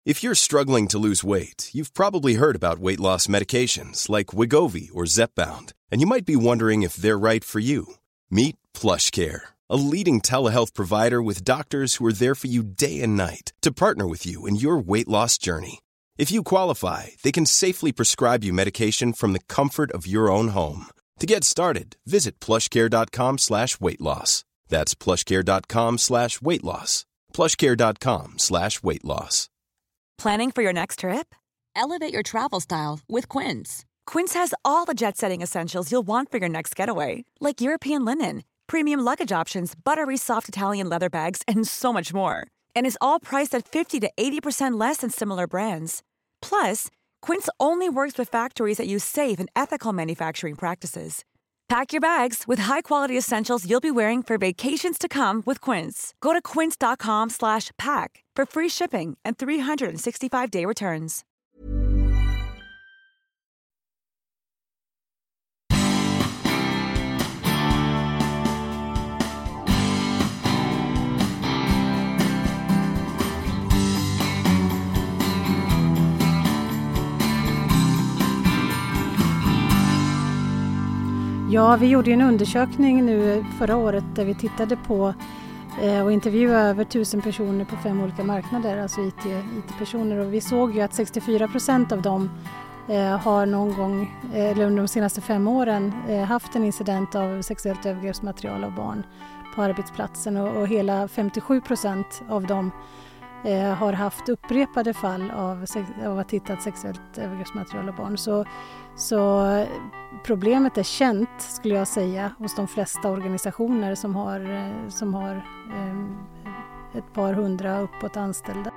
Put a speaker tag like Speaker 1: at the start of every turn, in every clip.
Speaker 1: If you're struggling to lose weight, you've probably heard about weight loss medications like Wegovy or Zepbound, and you might be wondering if they're right for you. Meet PlushCare, a leading telehealth provider with doctors who are there for you day and night to partner with you in your weight loss journey. If you qualify, they can safely prescribe you medication from the comfort of your own home. To get started, visit plushcare.com/weightloss. That's plushcare.com/weightloss. plushcare.com/weightloss.
Speaker 2: Planning for your next trip?
Speaker 3: Elevate your travel style with Quince.
Speaker 2: Quince has all the jet-setting essentials you'll want for your next getaway, like European linen, premium luggage options, buttery soft Italian leather bags, and so much more. And is all priced at 50 to 80% less than similar brands. Plus, Quince only works with factories that use safe and ethical manufacturing practices. Pack your bags with high-quality essentials you'll be wearing for vacations to come with Quince. Go to quince.com/pack for free shipping and 365-day returns.
Speaker 4: Ja, vi gjorde en undersökning nu förra året där vi tittade på och intervjuade över 1000 personer på 5 olika marknader, alltså IT-personer. Och vi såg ju att 64% av dem har någon gång, eller under de senaste 5 åren, haft en incident av sexuellt övergreppsmaterial av barn på arbetsplatsen. Och hela 57% av dem har haft upprepade fall av att hitta sexuellt övergreppsmaterial av barn. Så problemet är känt, skulle jag säga, hos de flesta organisationer som har ett par hundra uppåt anställda.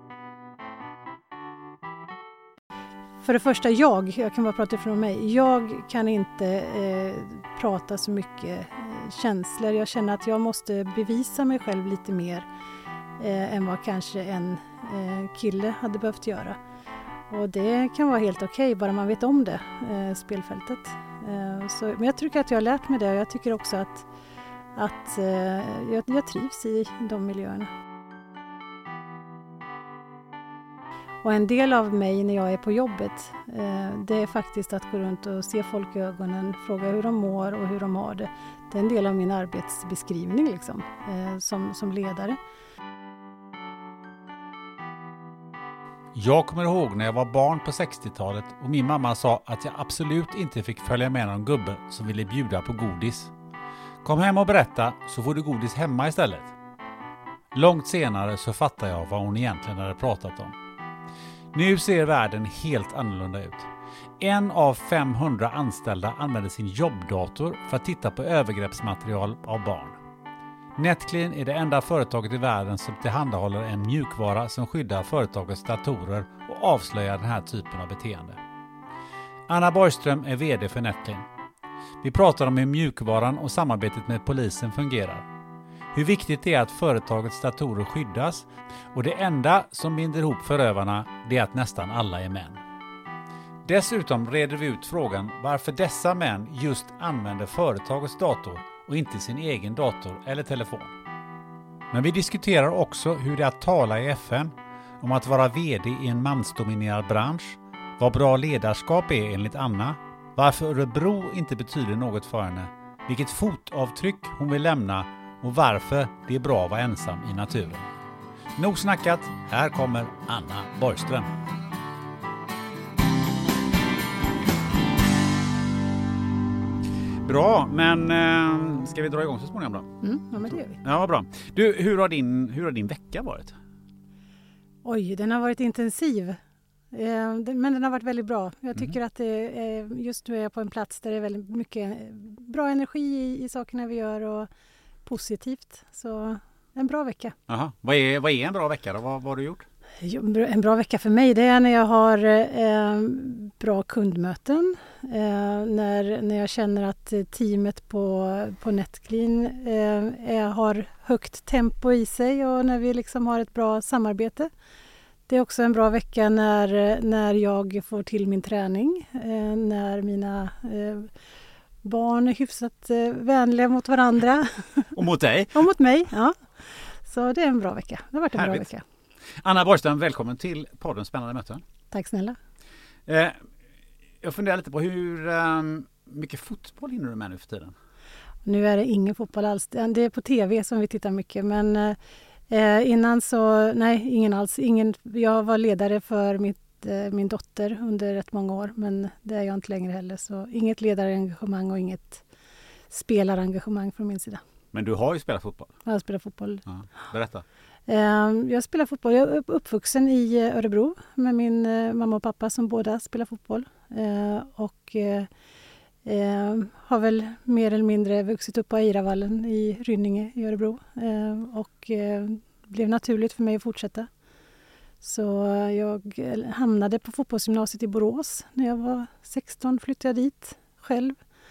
Speaker 4: För det första, jag kan bara prata ifrån mig. Jag kan inte prata så mycket känslor. Jag känner att jag måste bevisa mig själv lite mer än vad kanske en kille hade behövt göra. Och det kan vara helt okej, bara man vet om det, spelfältet. Men jag tycker att jag har lärt mig det, och jag tycker också att jag trivs i de miljöerna. Och en del av mig när jag är på jobbet, det är faktiskt att gå runt och se folk i ögonen, fråga hur de mår och hur de har det. Det är en del av min arbetsbeskrivning liksom, som ledare.
Speaker 5: Jag kommer ihåg när jag var barn på 60-talet och min mamma sa att jag absolut inte fick följa med någon gubbe som ville bjuda på godis. Kom hem och berätta, så får du godis hemma istället. Långt senare så fattar jag vad hon egentligen hade pratat om. Nu ser världen helt annorlunda ut. 1 av 500 anställda använder sin jobbdator för att titta på övergreppsmaterial av barn. Netclean är det enda företaget i världen som tillhandahåller en mjukvara som skyddar företagets datorer och avslöjar den här typen av beteende. Anna Borgström är vd för Netclean. Vi pratar om hur mjukvaran och samarbetet med polisen fungerar. Hur viktigt det är att företagets datorer skyddas, och det enda som binder ihop förövarna är att nästan alla är män. Dessutom reder vi ut frågan varför dessa män just använder företagets dator och inte sin egen dator eller telefon. Men vi diskuterar också hur det är att tala i FN, om att vara vd i en mansdominerad bransch, vad bra ledarskap är enligt Anna, varför Örebro inte betyder något för henne, vilket fotavtryck hon vill lämna och varför det är bra att vara ensam i naturen. Nog snackat, här kommer Anna Borgström. Bra, men ska vi dra igång så småningom då?
Speaker 4: Ja, men det gör vi.
Speaker 5: Ja, vad bra. Du, hur har din vecka varit?
Speaker 4: Oj, den har varit intensiv. Men den har varit väldigt bra. Jag tycker att just nu är jag på en plats där det är väldigt mycket bra energi i sakerna vi gör och positivt. Så en bra vecka.
Speaker 5: Aha. Vad är en bra vecka då? Vad har du gjort?
Speaker 4: En bra vecka för mig, det är när jag har bra kundmöten. När jag känner att teamet på Netclean har högt tempo i sig och när vi liksom har ett bra samarbete. Det är också en bra vecka när jag får till min träning. När mina barn är hyfsat vänliga mot varandra.
Speaker 5: Och mot dig?
Speaker 4: Och mot mig, ja. Så det är en bra vecka. Det har varit en
Speaker 5: Härligt.
Speaker 4: bra vecka.
Speaker 5: Anna Borgström, välkommen till podden Spännande möten.
Speaker 4: Tack snälla.
Speaker 5: Jag funderar lite på hur mycket fotboll hinner du med nu för tiden?
Speaker 4: Nu är det ingen fotboll alls. Det är på tv som vi tittar mycket, men innan så, nej, ingen alls. Jag var ledare för min dotter under rätt många år, men det är jag inte längre heller. Så inget ledarengagemang och inget spelarengagemang från min sida.
Speaker 5: Men du har ju spelat fotboll.
Speaker 4: Jag har spelat fotboll.
Speaker 5: Ja, berätta.
Speaker 4: Jag spelar fotboll. Jag är uppvuxen i Örebro med min mamma och pappa som båda spelar fotboll. Och har väl mer eller mindre vuxit upp på Eiravallen i Rynninge i Örebro. Och blev naturligt för mig att fortsätta. Så jag hamnade på fotbollsgymnasiet i Borås. När jag var 16 flyttade jag dit själv.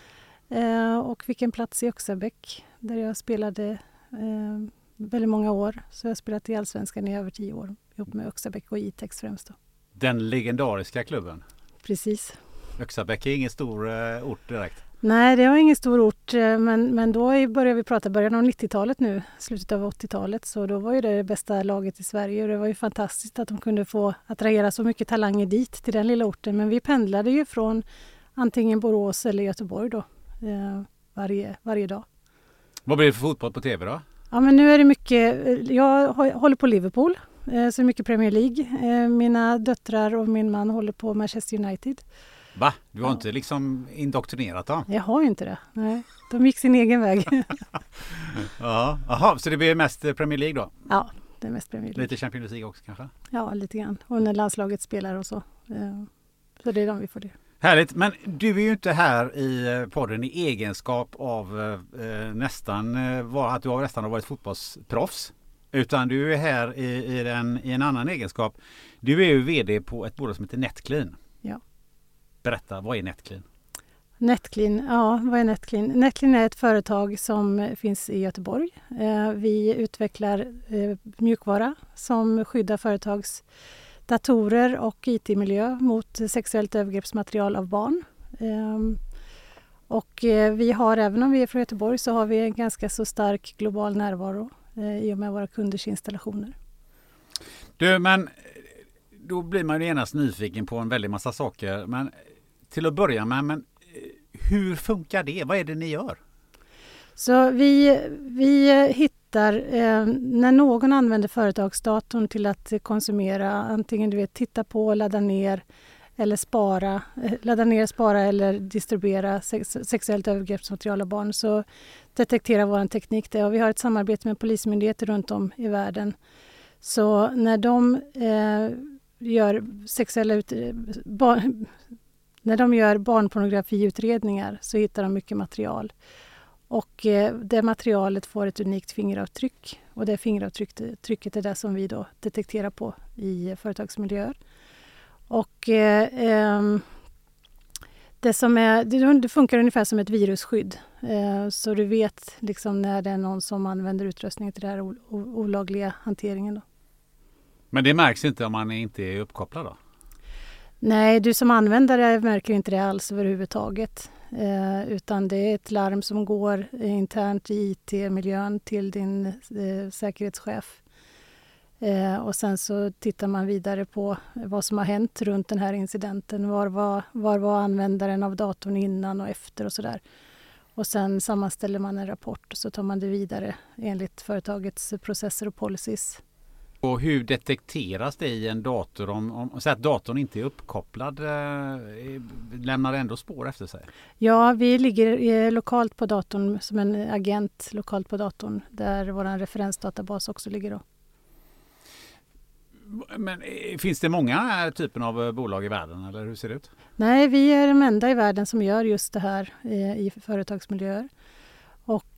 Speaker 4: Och fick en plats i Öxabäck där jag spelade väldigt många år. Så jag har spelat i Allsvenskan i över 10 år. Ihop med Öxabäck och Itex främst då.
Speaker 5: Den legendariska klubben.
Speaker 4: Precis.
Speaker 5: Öxabäck är ingen stor ort direkt.
Speaker 4: Nej, det var ingen stor ort, men då började vi prata början av 90-talet nu, slutet av 80-talet, så då var ju det bästa laget i Sverige och det var ju fantastiskt att de kunde få attrahera så mycket talanger dit till den lilla orten, men vi pendlade ju från antingen Borås eller Göteborg då, varje dag.
Speaker 5: Vad blir det för fotboll på tv då?
Speaker 4: Ja, men nu är det mycket, jag håller på Liverpool, så mycket Premier League, mina döttrar och min man håller på Manchester United.
Speaker 5: Va? Du har inte liksom indoktrinerat dem?
Speaker 4: Jag har ju inte det. Nej, de gick sin egen väg.
Speaker 5: Ja, aha, så det blir mest Premier League då?
Speaker 4: Ja, det är mest Premier League.
Speaker 5: Lite Champions League också kanske?
Speaker 4: Ja, lite grann. Och när landslaget spelar och så. Så det är de vi får det.
Speaker 5: Härligt, men du är ju inte här i podden i egenskap av att du har nästan varit fotbollsproffs. Utan du är här i en annan egenskap. Du är ju vd på ett bolag som heter Netclean.
Speaker 4: Ja.
Speaker 5: Berätta, vad är Netclean?
Speaker 4: Netclean, ja, vad är Netclean? Netclean är ett företag som finns i Göteborg. Vi utvecklar mjukvara som skyddar företags datorer och IT-miljö mot sexuellt övergreppsmaterial av barn. Och vi har, även om vi är från Göteborg, så har vi en ganska så stark global närvaro i och med våra kunders installationer.
Speaker 5: Du, men då blir man ju genast nyfiken på en väldig massa saker. Men till att börja med, men hur funkar det? Vad är det ni gör?
Speaker 4: Så vi hittar, när någon använder företagsdatorn till att konsumera, antingen titta på, ladda ner eller spara eller distribuera sexuellt övergreppsmaterial av barn, så detekterar vår teknik det. Och vi har ett samarbete med polismyndigheter runt om i världen. Så när de gör barnpornografiutredningar så hittar de mycket material. Och det materialet får ett unikt fingeravtryck. Och det fingeravtrycket är det som vi då detekterar på i företagsmiljöer. Och det funkar ungefär som ett virusskydd. Så du vet liksom när det är någon som använder utrustning till den här olagliga hanteringen då.
Speaker 5: Men det märks inte om man inte är uppkopplad då?
Speaker 4: Nej, du som användare märker inte det alls överhuvudtaget. Utan det är ett larm som går internt i IT-miljön till din säkerhetschef. Och sen så tittar man vidare på vad som har hänt runt den här incidenten. Var var användaren av datorn innan och efter och sådär. Och sen sammanställer man en rapport och så tar man det vidare enligt företagets processer och policies.
Speaker 5: Och hur detekteras det i en dator om så att datorn inte är uppkopplad? Lämnar det ändå spår efter sig?
Speaker 4: Ja, vi ligger lokalt på datorn som en agent lokalt på datorn där vår referensdatabas också ligger då.
Speaker 5: Men finns det många typen av bolag i världen eller hur ser det ut?
Speaker 4: Nej, vi är de enda i världen som gör just det här i företagsmiljöer. Och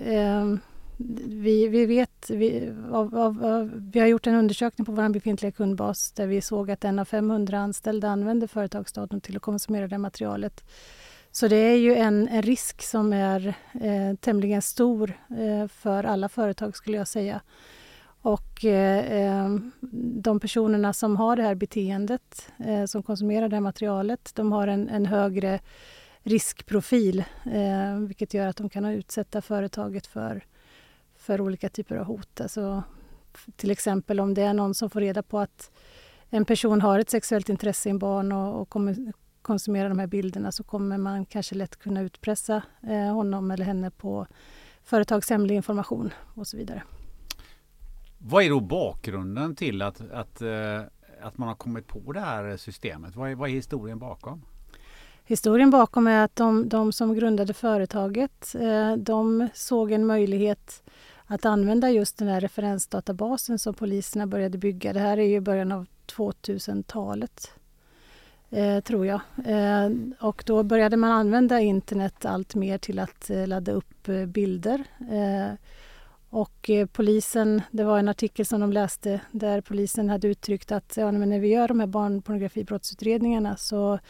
Speaker 4: vi har gjort en undersökning på vår befintliga kundbas där vi såg att 1 av 500 anställda använder företagsdatorn till att konsumera det materialet. Så det är ju en risk som är tämligen stor för alla företag skulle jag säga. Och de personerna som har det här beteendet, som konsumerar det här materialet, de har en högre riskprofil, vilket gör att de kan utsätta företaget för olika typer av hot. Alltså till exempel om det är någon som får reda på att en person har ett sexuellt intresse i en barn och kommer konsumera de här bilderna, så kommer man kanske lätt kunna utpressa honom eller henne på företagshemlig information och så vidare.
Speaker 5: Vad är då bakgrunden till att man har kommit på det här systemet? Vad är historien bakom?
Speaker 4: Historien bakom är att de som grundade företaget, de såg en möjlighet att använda just den här referensdatabasen som poliserna började bygga. Det här är ju början av 2000-talet, tror jag. Och då började man använda internet allt mer till att ladda upp bilder. Och polisen, det var en artikel som de läste där polisen hade uttryckt att men när vi gör de här barnpornografibrottsutredningarna så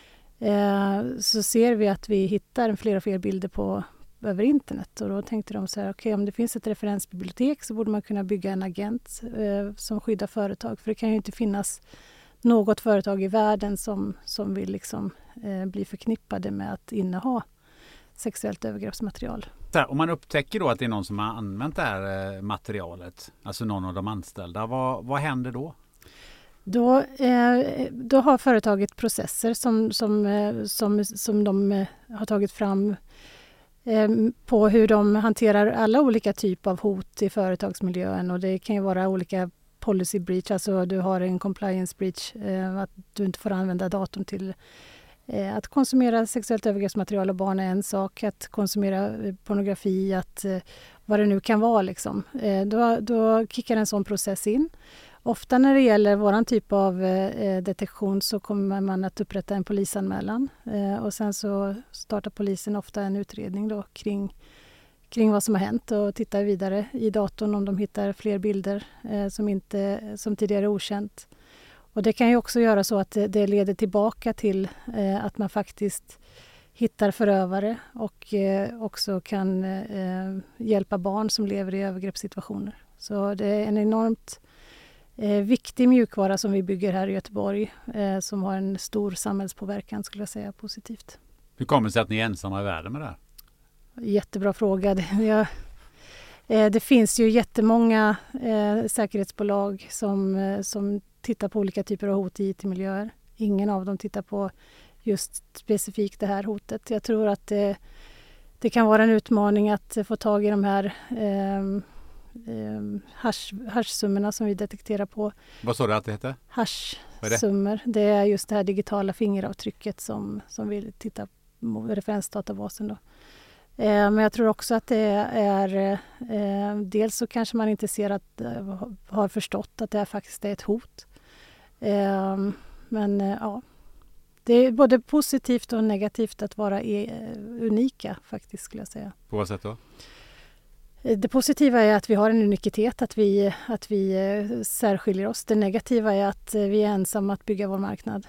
Speaker 4: ser vi att vi hittar fler och fler bilder över internet. Och då tänkte de så här, okej, om det finns ett referensbibliotek så borde man kunna bygga en agent som skyddar företag. För det kan ju inte finnas något företag i världen som vill liksom, bli förknippade med att inneha sexuellt övergreppsmaterial.
Speaker 5: Om man upptäcker då att det är någon som har använt det här materialet, alltså någon av de anställda, vad händer då? Då har företaget processer som de har tagit fram på hur de hanterar alla olika typer av hot i företagsmiljön. Och det kan ju vara olika policy breach, alltså du har en compliance breach, att du inte får använda datorn till att konsumera sexuellt övergreppsmaterial av barn är en sak, att konsumera pornografi, vad det nu kan vara. Liksom. Då kickar en sån process in. Ofta när det gäller våran typ av detektion så kommer man att upprätta en polisanmälan och sen så startar polisen ofta en utredning då kring vad som har hänt och tittar vidare i datorn om de hittar fler bilder som tidigare är okänt. Och det kan ju också göra så att det leder tillbaka till att man faktiskt hittar förövare och också kan hjälpa barn som lever i övergreppssituationer. Så det är en enormt viktig mjukvara som vi bygger här i Göteborg som har en stor samhällspåverkan, skulle jag säga, positivt. Hur kommer det sig att ni är ensamma i världen med det här?
Speaker 4: Jättebra fråga. Det finns ju jättemånga säkerhetsbolag som tittar på olika typer av hot i IT-miljöer. Ingen av dem tittar på just specifikt det här hotet. Jag tror att det kan vara en utmaning att få tag i de här hashsummorna som vi detekterar på.
Speaker 5: Vad sa du att det heter?
Speaker 4: Hashsummor. Det är just det här digitala fingeravtrycket som vi tittar på referensdatabasen då. Men jag tror också att det är dels så kanske man inte ser har förstått att det faktiskt är ett hot. Men ja, det är både positivt och negativt att vara unika faktiskt, skulle jag säga.
Speaker 5: På vad sätt då?
Speaker 4: Det positiva är att vi har en unikitet, att vi särskiljer oss. Det negativa är att vi är ensamma att bygga vår marknad.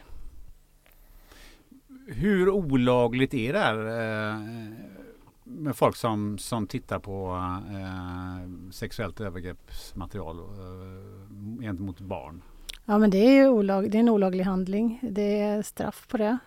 Speaker 5: Hur olagligt är det här med folk som tittar på sexuellt övergreppsmaterial gentemot barn?
Speaker 4: Ja, men det är ju det är en olaglig handling. Det är straff på det.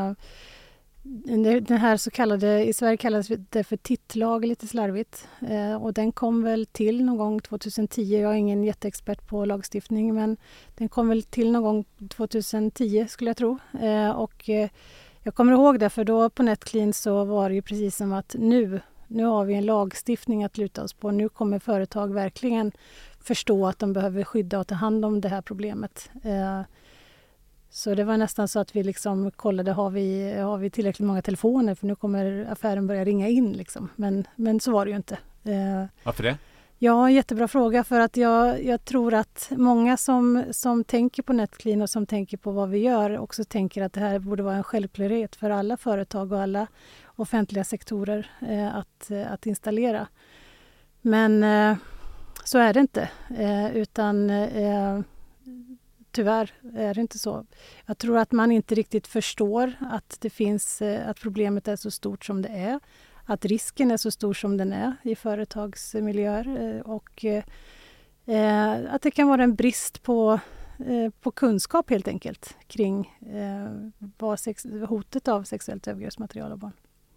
Speaker 4: Den här så kallade, i Sverige kallas det för tittlag lite slarvigt. Och den kom väl till någon gång 2010. Jag är ingen jätteexpert på lagstiftning, men den kom väl till någon gång 2010 skulle jag tro. Och jag kommer ihåg det, för då på NetClean så var det ju precis som att nu har vi en lagstiftning att luta oss på. Nu kommer företag verkligen förstå att de behöver skydda och ta hand om det här problemet. Så det var nästan så att vi liksom kollade, har vi tillräckligt många telefoner, för nu kommer affären börja ringa in. Liksom. Men så var det ju inte.
Speaker 5: Varför det?
Speaker 4: Ja, jättebra fråga, för att jag tror att många som tänker på NetClean och som tänker på vad vi gör också tänker att det här borde vara en självklarhet för alla företag och alla offentliga sektorer att installera. Men så är det inte, utan tyvärr är det inte så. Jag tror att man inte riktigt förstår att att problemet är så stort som det är. Att risken är så stor som den är i företagsmiljöer och att det kan vara en brist på kunskap helt enkelt kring hotet av sexuellt övergreppsmaterial av barn.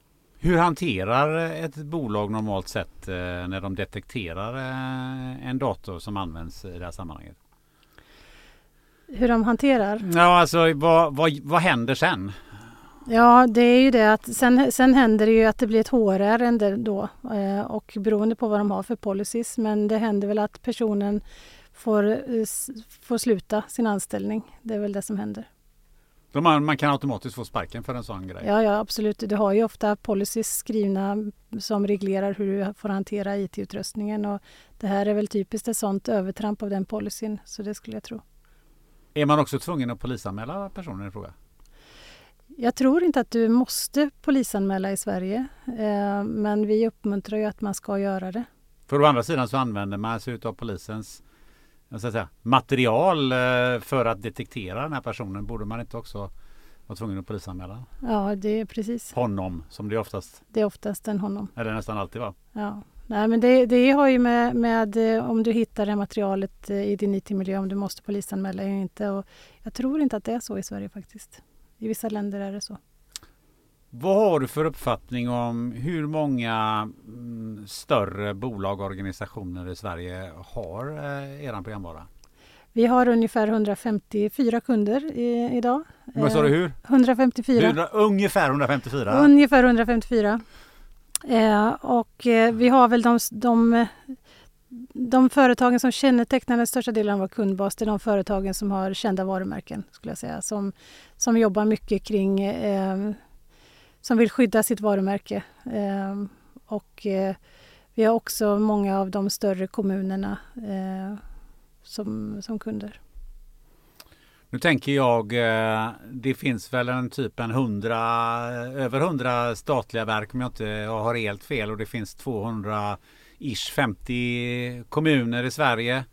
Speaker 5: Hur hanterar ett bolag normalt sett när de detekterar en dator som används i det här sammanhanget?
Speaker 4: Hur de hanterar?
Speaker 5: Ja, alltså vad händer sen?
Speaker 4: Ja, det är ju det att sen händer det ju att det blir ett HR-ärende då och beroende på vad de har för policies, men det händer väl att personen får sluta sin anställning. Det är väl det som händer.
Speaker 5: Så man kan automatiskt få sparken för en sån grej?
Speaker 4: Ja, absolut. Du har ju ofta policies skrivna som reglerar hur du får hantera IT-utrustningen och det här är väl typiskt ett sånt övertramp av den policyn, så det skulle jag tro.
Speaker 5: Är man också tvungen att polisanmäla personen i fråga? Jag
Speaker 4: tror inte att du måste polisanmäla i Sverige, men vi uppmuntrar ju att man ska göra det.
Speaker 5: För å andra sidan så använder man sig av polisens material för att detektera den här personen. Borde man inte också vara tvungen att polisanmäla?
Speaker 4: Ja, det är precis.
Speaker 5: Honom, som det är oftast.
Speaker 4: Det är oftast en honom.
Speaker 5: Eller nästan alltid, va?
Speaker 4: Ja. Nej, men det har ju med om du hittar det materialet i din IT-miljö, om du måste polisanmäla eller inte. Och jag tror inte att det är så i Sverige faktiskt. I vissa länder är det så.
Speaker 5: Vad har du för uppfattning om hur många större bolag och organisationer i Sverige har eran programvara?
Speaker 4: Vi har ungefär 154 kunder idag.
Speaker 5: Vad sa du hur?
Speaker 4: 154.
Speaker 5: Ungefär 154?
Speaker 4: Ungefär 154. Och vi har väl de företagen som kännetecknar den största delen av vår kundbas, det är de företagen som har kända varumärken, skulle jag säga, som jobbar mycket kring som vill skydda sitt varumärke. Och vi har också många av de större kommunerna som kunder.
Speaker 5: Nu tänker jag, det finns väl över 100 statliga verk om jag inte har helt fel, och det finns 50 kommuner i Sverige.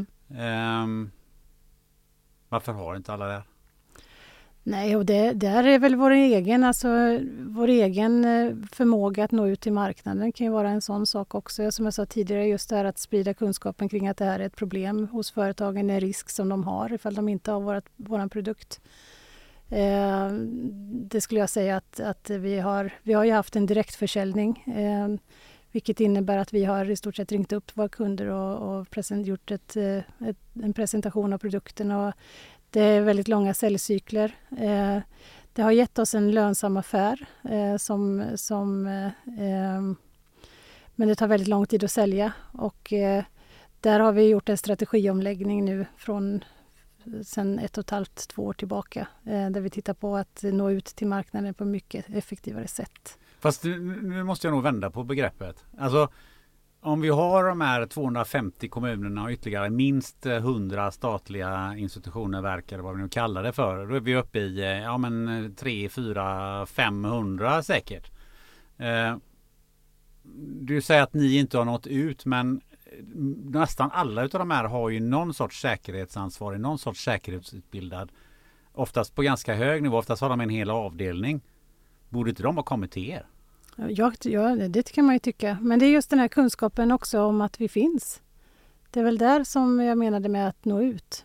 Speaker 5: Varför har inte alla det?
Speaker 4: Nej, och där är väl vår egen förmåga att nå ut till marknaden kan ju vara en sån sak också. Som jag sa tidigare, just det här att sprida kunskapen kring att det här är ett problem hos företagen, en risk som de har ifall de inte har våran produkt. Det skulle jag säga att vi har ju haft en direktförsäljning, vilket innebär att vi har i stort sett ringt upp våra kunder och gjort en presentation av produkten, och det är väldigt långa säljcykler. Det har gett oss en lönsam affär, men det tar väldigt lång tid att sälja. Och där har vi gjort en strategiomläggning nu sedan 1,5-2 år tillbaka. Där vi tittar på att nå ut till marknaden på mycket effektivare sätt.
Speaker 5: Fast nu måste jag nog vända på begreppet. Alltså, om vi har de här 250 kommunerna och ytterligare minst 100 statliga institutioner, verk eller vad vi nu kallar det för, då är vi uppe i 3, 4, 500 säkert. Du säger att ni inte har nått ut, men nästan alla utav de här har ju någon sorts säkerhetsansvarig, någon sorts säkerhetsutbildad. Oftast på ganska hög nivå, oftast har de en hel avdelning. Borde inte de ha kommit till er?
Speaker 4: Ja, det kan man ju tycka. Men det är just den här kunskapen också om att vi finns. Det är väl där som jag menade med att nå ut.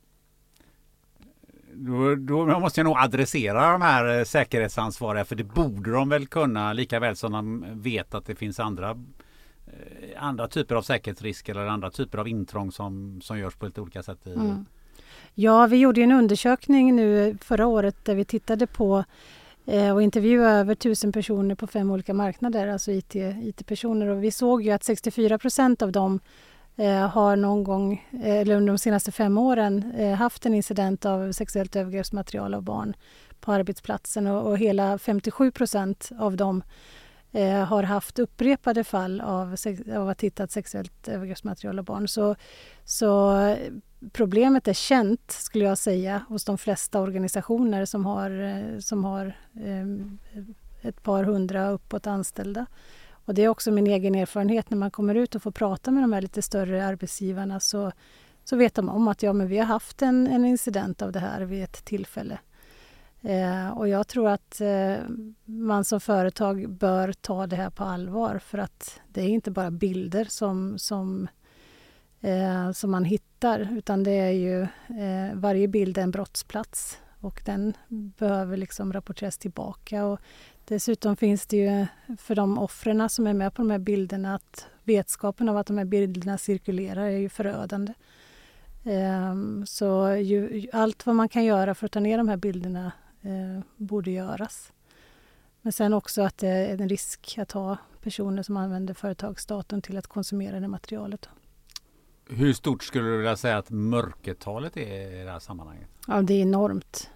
Speaker 5: Då måste jag nog adressera de här säkerhetsansvariga, för det borde de väl kunna, lika väl som de vet att det finns andra typer av säkerhetsrisker eller andra typer av intrång som görs på lite olika sätt.
Speaker 4: Ja, vi gjorde en undersökning nu förra året där vi tittade på och intervjuade över 1000 personer på 5 olika marknader, alltså IT-personer. Och vi såg ju att 64% av dem har någon gång, eller under de senaste 5 åren, haft en incident av sexuellt övergreppsmaterial av barn på arbetsplatsen. Och hela 57% av dem har haft upprepade fall av att hitta sexuellt övergreppsmaterial av barn. Så problemet är känt, skulle jag säga, hos de flesta organisationer som har ett par hundra uppåt anställda. Och det är också min egen erfarenhet när man kommer ut och får prata med de här lite större arbetsgivarna, så vet de om att vi har haft en incident av det här vid ett tillfälle. Och jag tror att man som företag bör ta det här på allvar, för att det är inte bara bilder som man hittar, utan det är ju varje bild är en brottsplats och den behöver liksom rapporteras tillbaka. Och Dessutom finns det ju för de offren som är med på de här bilderna att vetskapen av att de här bilderna cirkulerar är ju förödande. Så allt vad man kan göra för att ta ner de här bilderna borde göras. Men sen också att det är en risk att ha personer som använder företagsdatorn till att konsumera det materialet.
Speaker 5: Hur stort skulle du vilja säga att mörkertalet är i det här sammanhanget?
Speaker 4: Ja, det är enormt.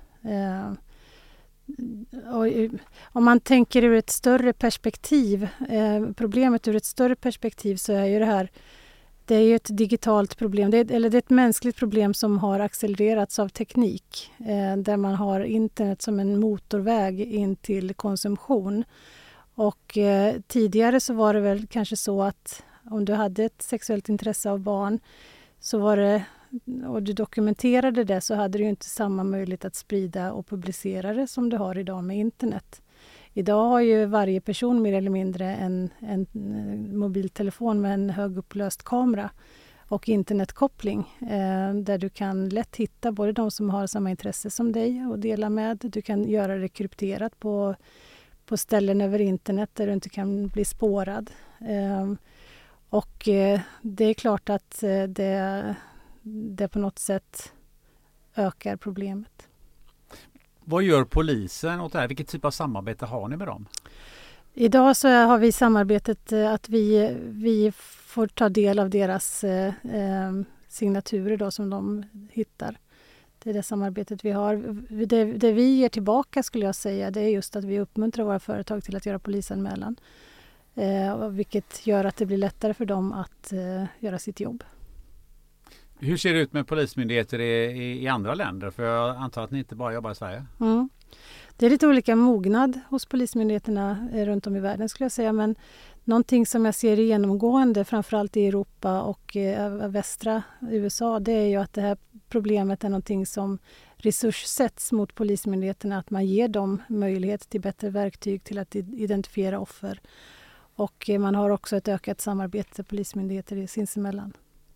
Speaker 4: Och om man tänker ur ett större perspektiv, problemet ur ett större perspektiv så är ju det är ju ett digitalt problem, det är ett mänskligt problem som har accelererats av teknik, där man har internet som en motorväg in till konsumtion. Och tidigare så var det väl kanske så att om du hade ett sexuellt intresse av barn så var det, och du dokumenterade det, så hade du inte samma möjlighet att sprida och publicera det som du har idag med internet. Idag har ju varje person mer eller mindre en mobiltelefon med en högupplöst kamera och internetkoppling där du kan lätt hitta både de som har samma intresse som dig och dela med. Du kan göra det krypterat på ställen över internet där du inte kan bli spårad. Och det är klart att det på något sätt ökar problemet.
Speaker 5: Vad gör polisen åt det här? Vilket typ av samarbete har ni med dem?
Speaker 4: Idag så har vi samarbetet att vi får ta del av deras signaturer då som de hittar. Det är det samarbetet vi har. Det vi ger tillbaka skulle jag säga, det är just att vi uppmuntrar våra företag till att göra polisanmälan. Vilket gör att det blir lättare för dem att göra sitt jobb.
Speaker 5: Hur ser det ut med polismyndigheter i andra länder? För jag antar att ni inte bara jobbar i Sverige.
Speaker 4: Mm. Det är lite olika mognad hos polismyndigheterna runt om i världen skulle jag säga. Men någonting som jag ser genomgående, framförallt i Europa och västra USA, det är ju att det här problemet är någonting som resurssätts mot polismyndigheterna. Att man ger dem möjlighet till bättre verktyg till att identifiera offer. Och man har också ett ökat samarbete polismyndigheter sinsemellan.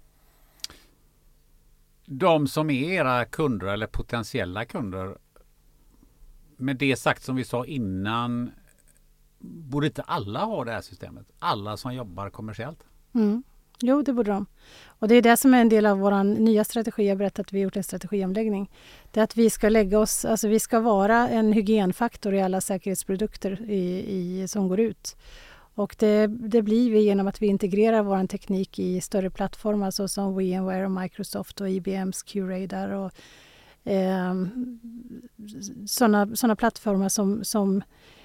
Speaker 5: De som är era kunder eller potentiella kunder, med det sagt som vi sa innan, borde inte alla ha det här systemet? Alla som jobbar kommersiellt?
Speaker 4: Mm. Jo, det borde de. Och det är det som är en del av vår nya strategi. Jag berättade att vi har gjort en strategiomläggning. Det är att vi ska vi ska vara en hygienfaktor i alla säkerhetsprodukter som går ut. Och det blir vi genom att vi integrerar vår teknik i större plattformar såsom VMware och Microsoft och IBMs QRadar och sådana plattformar som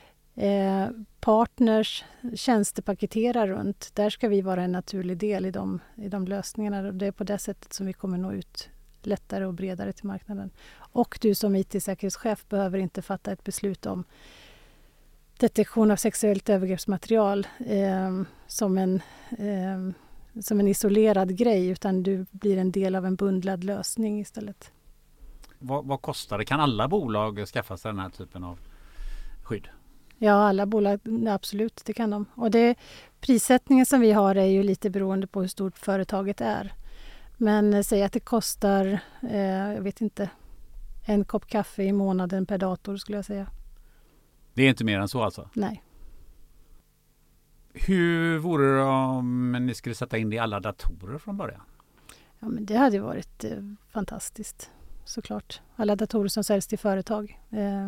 Speaker 4: partners tjänstepaketerar runt. Där ska vi vara en naturlig del i de lösningarna. Det är på det sättet som vi kommer nå ut lättare och bredare till marknaden. Och du som IT-säkerhetschef behöver inte fatta ett beslut om detektion av sexuellt övergreppsmaterial som en isolerad grej, utan du blir en del av en bundlad lösning istället.
Speaker 5: Vad kostar det? Kan alla bolag skaffa sig den här typen av skydd?
Speaker 4: Ja, alla bolag, absolut, det kan de. Och prissättningen som vi har är ju lite beroende på hur stort företaget är. Men säg att det kostar, jag vet inte, en kopp kaffe i månaden per dator skulle jag säga.
Speaker 5: Det är inte mer än så alltså?
Speaker 4: Nej.
Speaker 5: Hur vore det om ni skulle sätta in det i alla datorer från början?
Speaker 4: Ja, men det hade varit fantastiskt, såklart. Alla datorer som säljs till företag.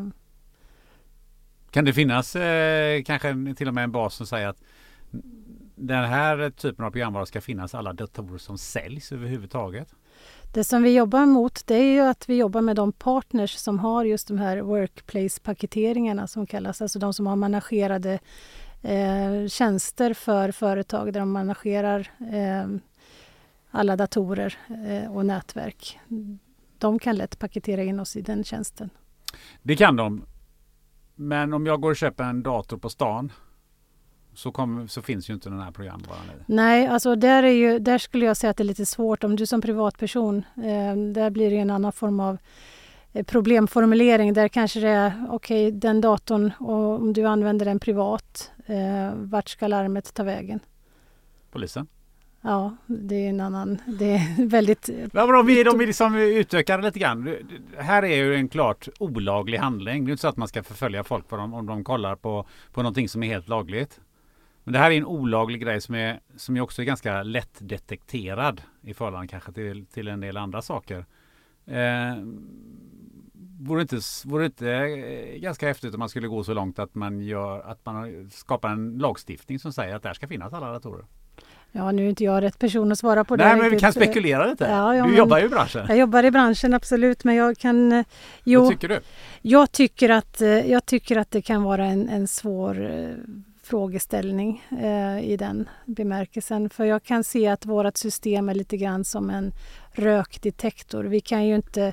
Speaker 5: Kan det finnas kanske till och med en bas som säger att den här typen av programvara ska finnas alla datorer som säljs överhuvudtaget?
Speaker 4: Det som vi jobbar mot, det är ju att vi jobbar med de partners som har just de här workplace-paketeringarna som kallas. Alltså de som har managerade tjänster för företag där de managerar alla datorer och nätverk. De kan lätt paketera in oss i den tjänsten.
Speaker 5: Det kan de. Men om jag går och köper en dator på stan så finns ju inte den här programvaran i.
Speaker 4: Nej, alltså där skulle jag säga att det är lite svårt. Om du som privatperson, där blir det en annan form av problemformulering. Där kanske det är, okej, den datorn, och om du använder den privat, vart ska larmet ta vägen?
Speaker 5: Polisen?
Speaker 4: Ja, det är en annan, det är väldigt...
Speaker 5: Men om vi liksom utökar lite grann. Här är ju en klart olaglig handling. Det är inte så att man ska förfölja folk på dem om de kollar på någonting som är helt lagligt. Men det här är en olaglig grej som är också ganska lättdetekterad i förhållande kanske till en del andra saker. Vore det inte ganska häftigt om man skulle gå så långt att man skapar en lagstiftning som säger att där ska finnas alla datorer?
Speaker 4: Ja, nu är inte jag rätt person att svara på det.
Speaker 5: Nej, men vi kan spekulera lite.
Speaker 4: Ja,
Speaker 5: du jobbar ju i branschen.
Speaker 4: Jag jobbar i branschen, absolut. Men jag kan...
Speaker 5: Vad tycker du?
Speaker 4: Jag tycker att det kan vara en svår frågeställning i den bemärkelsen. För jag kan se att vårt system är lite grann som en rökdetektor. Vi kan ju inte...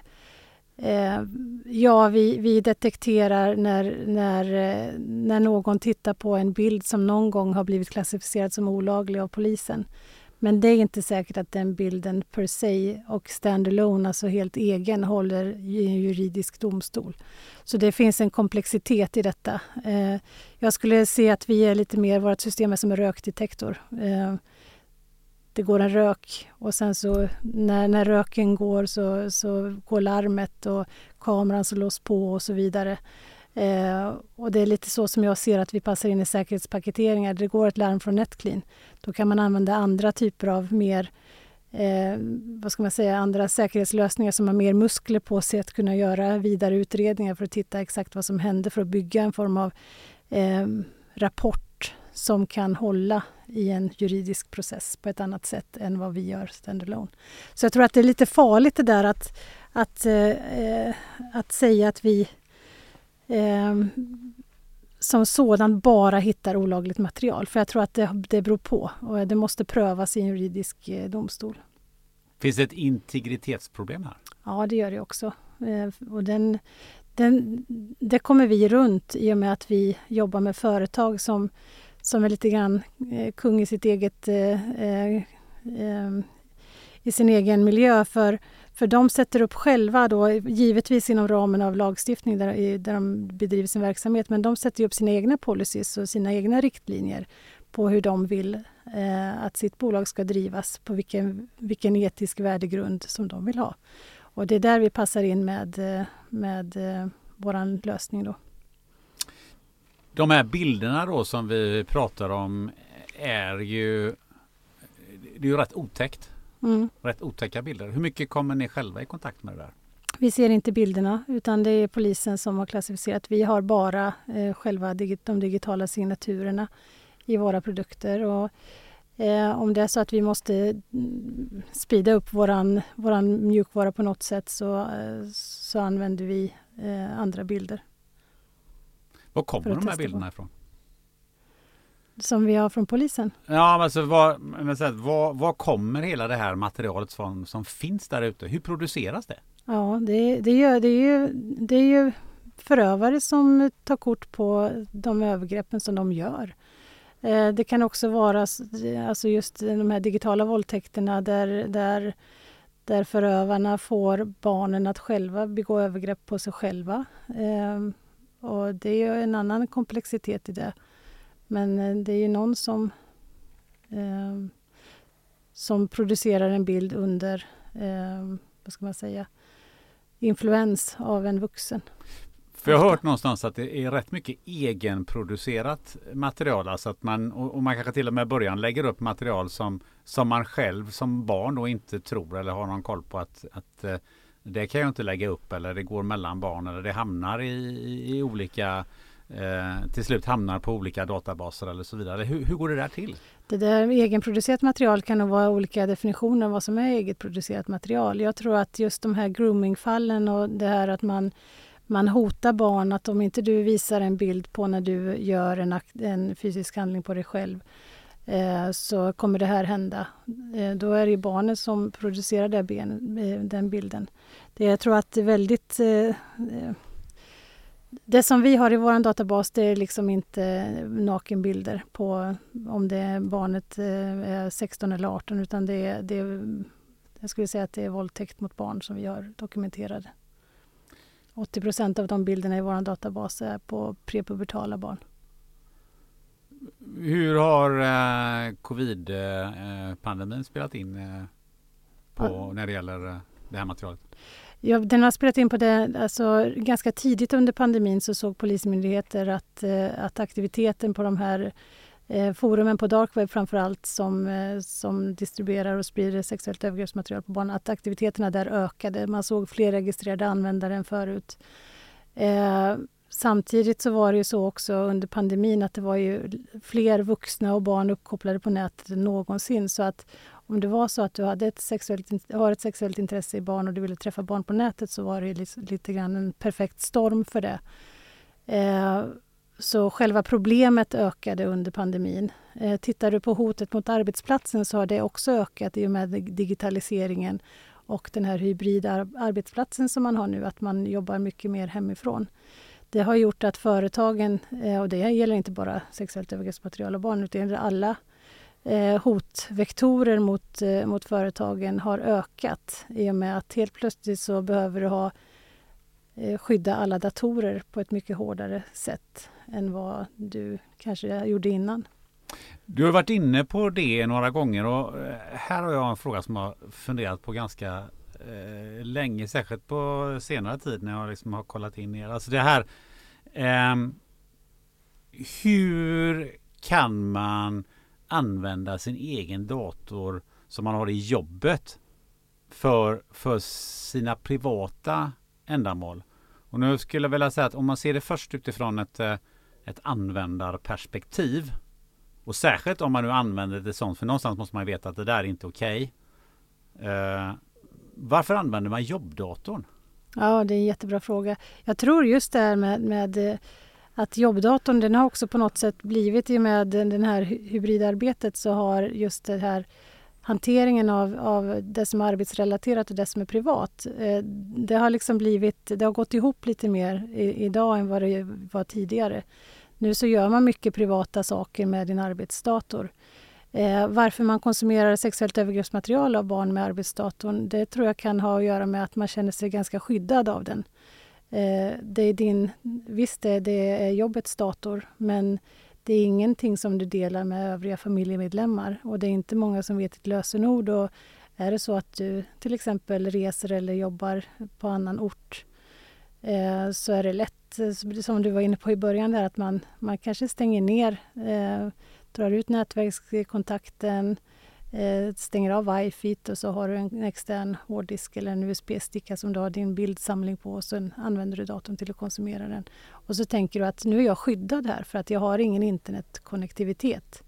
Speaker 4: vi detekterar när någon tittar på en bild som någon gång har blivit klassificerad som olaglig av polisen. Men det är inte säkert att den bilden per se och standalone, alltså helt egen, håller i en juridisk domstol. Så det finns en komplexitet i detta. Jag skulle se att vi är lite mer, vårt system är som en rökdetektor. Det går en rök och sen så när röken går så går larmet och kameran slås på och så vidare. Och det är lite så som jag ser att vi passar in i säkerhetspaketeringar. Det går ett larm från Netclean. Då kan man använda andra typer av mer, andra säkerhetslösningar som har mer muskler på sig att kunna göra vidare utredningar för att titta exakt vad som hände, för att bygga en form av rapport som kan hålla i en juridisk process på ett annat sätt än vad vi gör standalone. Så jag tror att det är lite farligt det där att säga att vi som sådan bara hittar olagligt material. För jag tror att det beror på och det måste prövas i en juridisk domstol.
Speaker 5: Finns det ett integritetsproblem här?
Speaker 4: Ja, det gör det också. Och det kommer vi runt i och med att vi jobbar med företag som är lite grann kung i sitt eget i sin egen miljö. För de sätter upp själva då, givetvis inom ramen av lagstiftning där de bedriver sin verksamhet, men de sätter upp sina egna policies och sina egna riktlinjer på hur de vill att sitt bolag ska drivas, på vilken etisk värdegrund som de vill ha. Och det är där vi passar in med våran lösning då.
Speaker 5: De här bilderna då som vi pratar om är ju rätt otäckt. Rätt otäcka bilder. Hur mycket kommer ni själva i kontakt med det där?
Speaker 4: Vi ser inte bilderna utan det är polisen som har klassificerat. Vi har bara själva de digitala signaturerna i våra produkter. Och, om det är så att vi måste sprida upp våran mjukvara på något sätt så använder vi andra bilder.
Speaker 5: Var kommer de här bilderna ifrån?
Speaker 4: Som vi har från polisen?
Speaker 5: Ja, alltså var kommer hela det här materialet som finns där ute? Hur produceras det?
Speaker 4: Ja, det är ju förövare som tar kort på de övergreppen som de gör. Det kan också vara alltså just de här digitala våldtäkterna där förövarna får barnen att själva begå övergrepp på sig själva. Och det är ju en annan komplexitet i det. Men det är ju någon som producerar en bild under influens av en vuxen.
Speaker 5: För jag har hört någonstans att det är rätt mycket egenproducerat material. Alltså att man kanske till och med i början lägger upp material som man själv som barn då inte tror eller har någon koll på att det kan jag inte lägga upp, eller det går mellan barn, eller det hamnar i olika till slut hamnar på olika databaser eller så vidare. Hur går det där till?
Speaker 4: Det där egenproducerat material kan nog vara olika definitioner av vad som är egenproducerat material. Jag tror att just de här groomingfallen och det här att man hotar barn att om inte du visar en bild på när du gör en fysisk handling på dig själv så kommer det här hända. Då är det barnen som producerar den bilden. Jag tror att det är väldigt... Det som vi har i vår databas, det är liksom inte nakenbilder på om det barnet är 16 eller 18, utan jag skulle säga att det är våldtäkt mot barn som vi har dokumenterade. 80% av de bilderna i vår databas är på prepubertala barn.
Speaker 5: Hur har covid-pandemin spelat in när det gäller det här materialet?
Speaker 4: Ja, den har spelat in på det, alltså ganska tidigt under pandemin så såg polismyndigheter att aktiviteten på de här forumen på dark web framförallt som distribuerar och sprider sexuellt övergreppsmaterial på barn, att aktiviteterna där ökade. Man såg fler registrerade användare än förut. Samtidigt så var det ju så också under pandemin att det var ju fler vuxna och barn uppkopplade på nätet än någonsin. Så att om det var så att du hade ett sexuellt intresse i barn och du ville träffa barn på nätet så var det lite grann en perfekt storm för det. Så själva problemet ökade under pandemin. Tittar du på hotet mot arbetsplatsen så har det också ökat i och med digitaliseringen och den här hybrida arbetsplatsen som man har nu, att man jobbar mycket mer hemifrån. Det har gjort att företagen, och det gäller inte bara sexuellt övergreppsmaterial och barn utan alla hotvektorer mot företagen har ökat i och med att helt plötsligt så behöver du skydda alla datorer på ett mycket hårdare sätt än vad du kanske gjorde innan.
Speaker 5: Du har varit inne på det några gånger och här har jag en fråga som jag har funderat på ganska länge, särskilt på senare tid när jag liksom har kollat in er. Alltså det här, hur kan man använda sin egen dator som man har i jobbet för sina privata ändamål? Och nu skulle jag vilja säga att om man ser det först utifrån ett användarperspektiv och särskilt om man nu använder det sånt, för någonstans måste man veta att det där är inte okej. Varför använder man jobbdatorn?
Speaker 4: Ja, det är en jättebra fråga. Jag tror just det här med att jobbdatorn, den har också på något sätt blivit i med den här hybridarbetet så har just det här hanteringen av det som är arbetsrelaterat och det som är privat. Det har gått ihop lite mer idag än vad det var tidigare. Nu så gör man mycket privata saker med din arbetsdator. Varför man konsumerar sexuellt övergreppsmaterial av barn med arbetsdatorn, det tror jag kan ha att göra med att man känner sig ganska skyddad av den. Det är jobbets dator, men det är ingenting som du delar med övriga familjemedlemmar och det är inte många som vet ditt lösenord. Och är det så att du till exempel reser eller jobbar på annan ort så är det lätt, som du var inne på i början, där att man kanske stänger ner, drar ut nätverkskontakten, stänger av wifi och så har du en extern hårddisk eller en USB-sticka som du har din bildsamling på och sen använder du datorn till att konsumera den. Och så tänker du att nu är jag skyddad här för att jag har ingen internetkonnektivitet.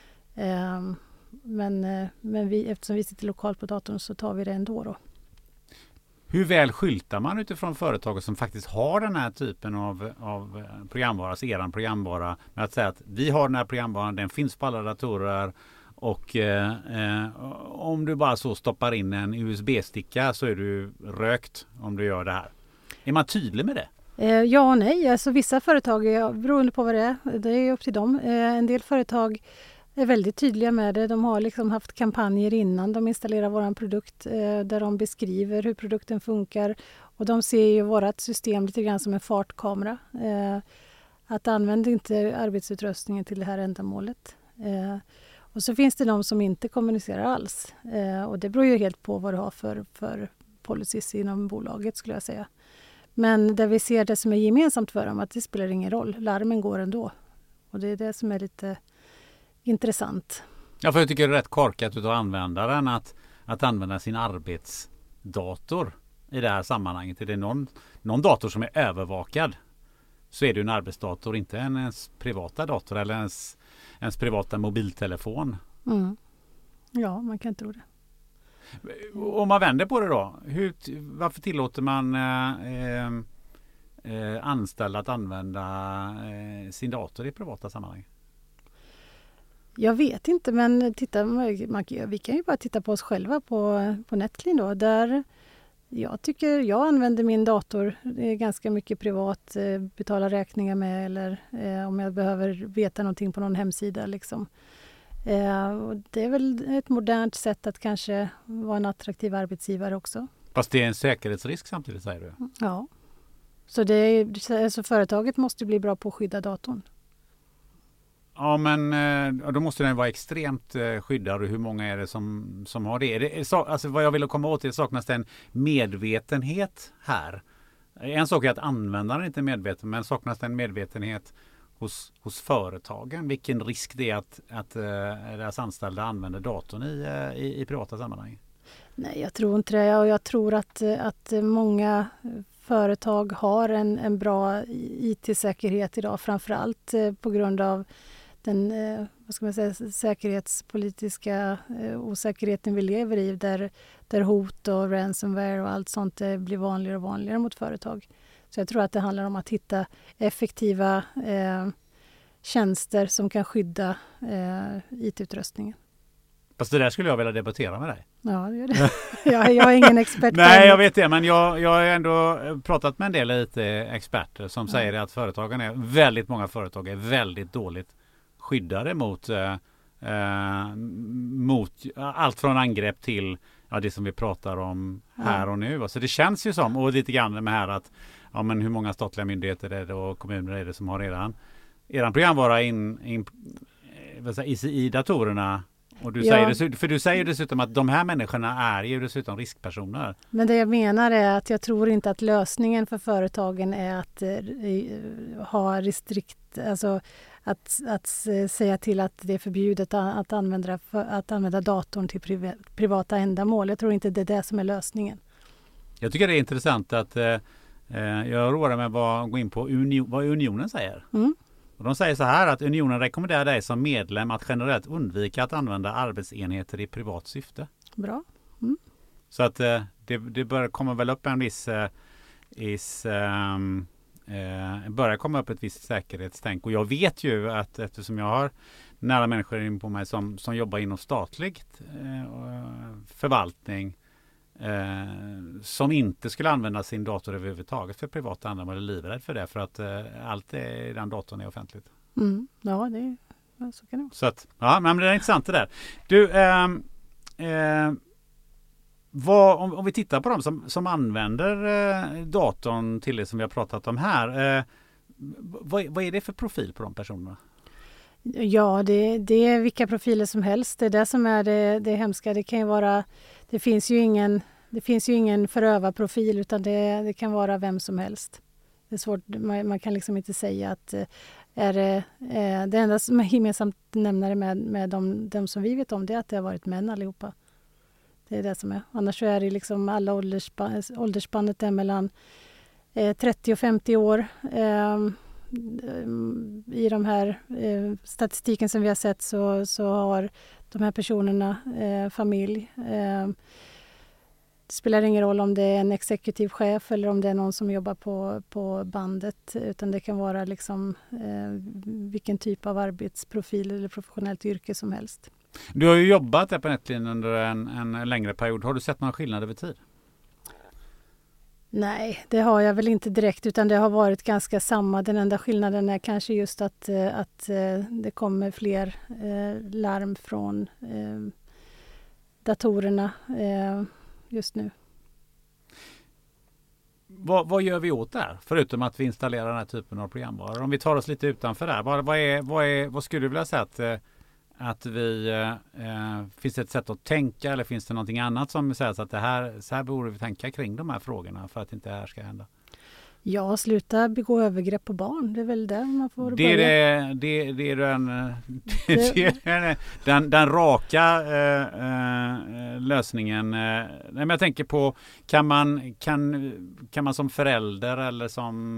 Speaker 4: Men eftersom vi sitter lokalt på datorn så tar vi det ändå då.
Speaker 5: Hur väl skyltar man utifrån företag som faktiskt har den här typen av programvara, alltså eran programvara, med att säga att vi har den här programvaran, den finns på alla datorer och om du bara så stoppar in en USB-sticka så är du rökt om du gör det här. Är man tydlig med det?
Speaker 4: Ja och nej. Alltså, vissa företag, beroende på vad det är upp till dem. En del företag är väldigt tydliga med det. De har liksom haft kampanjer innan de installerar vår produkt där de beskriver hur produkten funkar. Och de ser ju vårt system lite grann som en fartkamera. Att använda inte arbetsutrustningen till det här ändamålet. Och så finns det de som inte kommunicerar alls. Och det beror ju helt på vad du har för policies inom bolaget skulle jag säga. Men där vi ser det som är gemensamt för dem, att det spelar ingen roll. Larmen går ändå. Och det är det som är lite intressant.
Speaker 5: Ja, för jag tycker det är rätt korkat utav användaren att använda sin arbetsdator i det här sammanhanget. Är det någon dator som är övervakad så är det en arbetsdator, inte ens privata dator eller ens privata mobiltelefon.
Speaker 4: Mm. Ja, man kan tro det.
Speaker 5: Om man vänder på det då, varför tillåter man anställda att använda sin dator i privata sammanhang?
Speaker 4: Jag vet inte, men vi kan ju bara titta på oss själva på Netclean då. Där jag använder min dator ganska mycket privat, betalar räkningar med eller om jag behöver veta någonting på någon hemsida liksom. Och det är väl ett modernt sätt att kanske vara en attraktiv arbetsgivare också.
Speaker 5: Fast det är en säkerhetsrisk samtidigt, säger du?
Speaker 4: Ja. Så företaget måste bli bra på att skydda datorn.
Speaker 5: Ja, men då måste den vara extremt skyddad. Och hur många är det som har det? Alltså vad jag vill komma åt är, saknas det en medvetenhet här. En sak är att användaren inte är medveten, men saknas det en medvetenhet hos företagen? Vilken risk det är att deras anställda använder datorn i privata sammanhang?
Speaker 4: Nej, jag tror inte det. Och jag tror att många företag har en bra IT-säkerhet idag, framförallt på grund av den säkerhetspolitiska osäkerheten vi lever i, där hot och ransomware och allt sånt blir vanligare och vanligare mot företag. Så jag tror att det handlar om att hitta effektiva tjänster som kan skydda IT-utrustningen.
Speaker 5: Fast det där skulle jag vilja debattera med dig.
Speaker 4: Ja, det gör det. Jag är ingen expert.
Speaker 5: Nej, jag vet det. Men jag har ändå pratat med en del IT-experter som säger att väldigt många företag är väldigt dåligt skyddade mot allt från angrepp till det som vi pratar om här och nu. Så det känns ju som, och lite grann med här att men hur många statliga myndigheter är det och kommuner är det som har redan programvara i datorerna. Och du säger dessutom att de här människorna är ju dessutom riskpersoner.
Speaker 4: Men det jag menar är att jag tror inte att lösningen för företagen är att ha alltså att säga till att det är förbjudet att använda datorn till privata ändamål. Jag tror inte det är det som är lösningen.
Speaker 5: Jag tycker det är intressant att jag roar mig med att gå in på vad unionen säger. Mm. Och de säger så här att unionen rekommenderar dig som medlem att generellt undvika att använda arbetsenheter i privat syfte.
Speaker 4: Bra. Mm.
Speaker 5: Så att det kommer väl upp en viss börjar komma upp ett visst säkerhetstänk. Och jag vet ju att eftersom jag har nära människor in på mig som jobbar inom statligt förvaltning som inte skulle använda sin dator överhuvudtaget för privata ändamål eller livrädd för det, för att allt i den datorn är offentligt.
Speaker 4: Mm. Ja, så kan det vara.
Speaker 5: Så att, men det är intressant det där. Du, om vi tittar på dem som använder datorn till det som vi har pratat om här, vad är det för profil på de personerna?
Speaker 4: Ja, det är vilka profiler som helst. Det är det som är det hemska. Det kan ju vara, det finns ju ingen förövarprofil, utan det kan vara vem som helst. Det är svårt, man kan liksom inte säga att är det enda som är gemensamt nämnare med de som vi vet om, det är att det har varit män allihopa. Det är det som är. Annars så är det liksom alla åldersspannet är mellan 30 och 50 år. I de här statistiken som vi har sett så har de här personerna familj. Det spelar ingen roll om det är en exekutiv chef eller om det är någon som jobbar på bandet, utan det kan vara liksom vilken typ av arbetsprofil eller professionellt yrke som helst.
Speaker 5: Du har ju jobbat där på Netline under en längre period. Har du sett någon skillnad över tid?
Speaker 4: Nej, det har jag väl inte direkt, utan det har varit ganska samma. Den enda skillnaden är kanske just att det kommer fler larm från datorerna just nu.
Speaker 5: Vad gör vi åt det här? Förutom att vi installerar den här typen av programvaror. Om vi tar oss lite utanför där. Vad skulle du vilja säga att vi finns det ett sätt att tänka, eller finns det någonting annat som säger att så här borde vi tänka kring de här frågorna för att inte det här ska hända?
Speaker 4: Ja, sluta begå övergrepp på barn. Det är väl där man får börja.
Speaker 5: Det är den raka lösningen. Men jag tänker på, kan man som förälder eller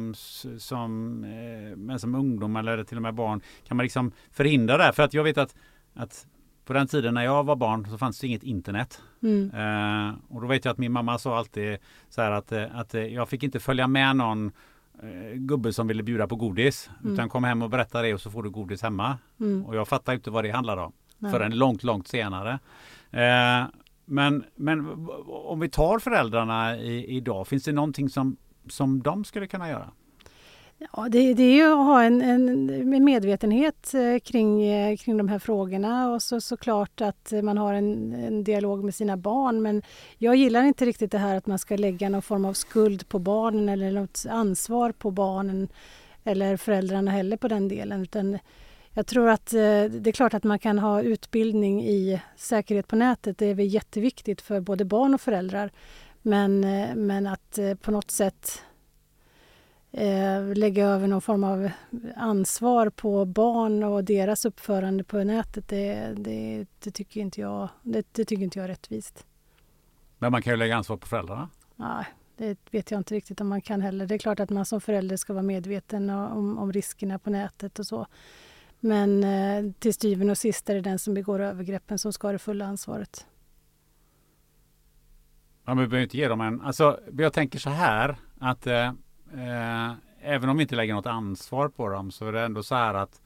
Speaker 5: som ungdom eller till och med barn, kan man liksom förhindra det? För att jag vet att på den tiden när jag var barn så fanns det inget internet. Och då vet jag att min mamma sa alltid så här att jag fick inte följa med någon gubbe som ville bjuda på godis, utan kom hem och berätta det och så får du godis hemma. Och jag fattar inte vad det handlar om förrän långt senare. Men om vi tar föräldrarna idag, finns det någonting som de skulle kunna göra?
Speaker 4: Ja, det är ju att ha en medvetenhet kring de här frågorna, och såklart att man har en dialog med sina barn. Men jag gillar inte riktigt det här att man ska lägga någon form av skuld på barnen eller något ansvar på barnen eller föräldrarna heller på den delen. Utan Jag tror att det är klart att man kan ha utbildning i säkerhet på nätet. Det är väl jätteviktigt för både barn och föräldrar. Men att på något sätt lägga över någon form av ansvar på barn och deras uppförande på nätet, det tycker inte jag är rättvist.
Speaker 5: Men man kan ju lägga ansvar på föräldrarna.
Speaker 4: Nej, det vet jag inte riktigt om man kan heller. Det är klart att man som förälder ska vara medveten om riskerna på nätet och så. Men till syvende och sist är det den som begår övergreppen som ska ha det fulla ansvaret.
Speaker 5: Ja, men vi behöver inte ge dem en... Alltså, jag tänker så här att även om vi inte lägger något ansvar på dem så är det ändå så här att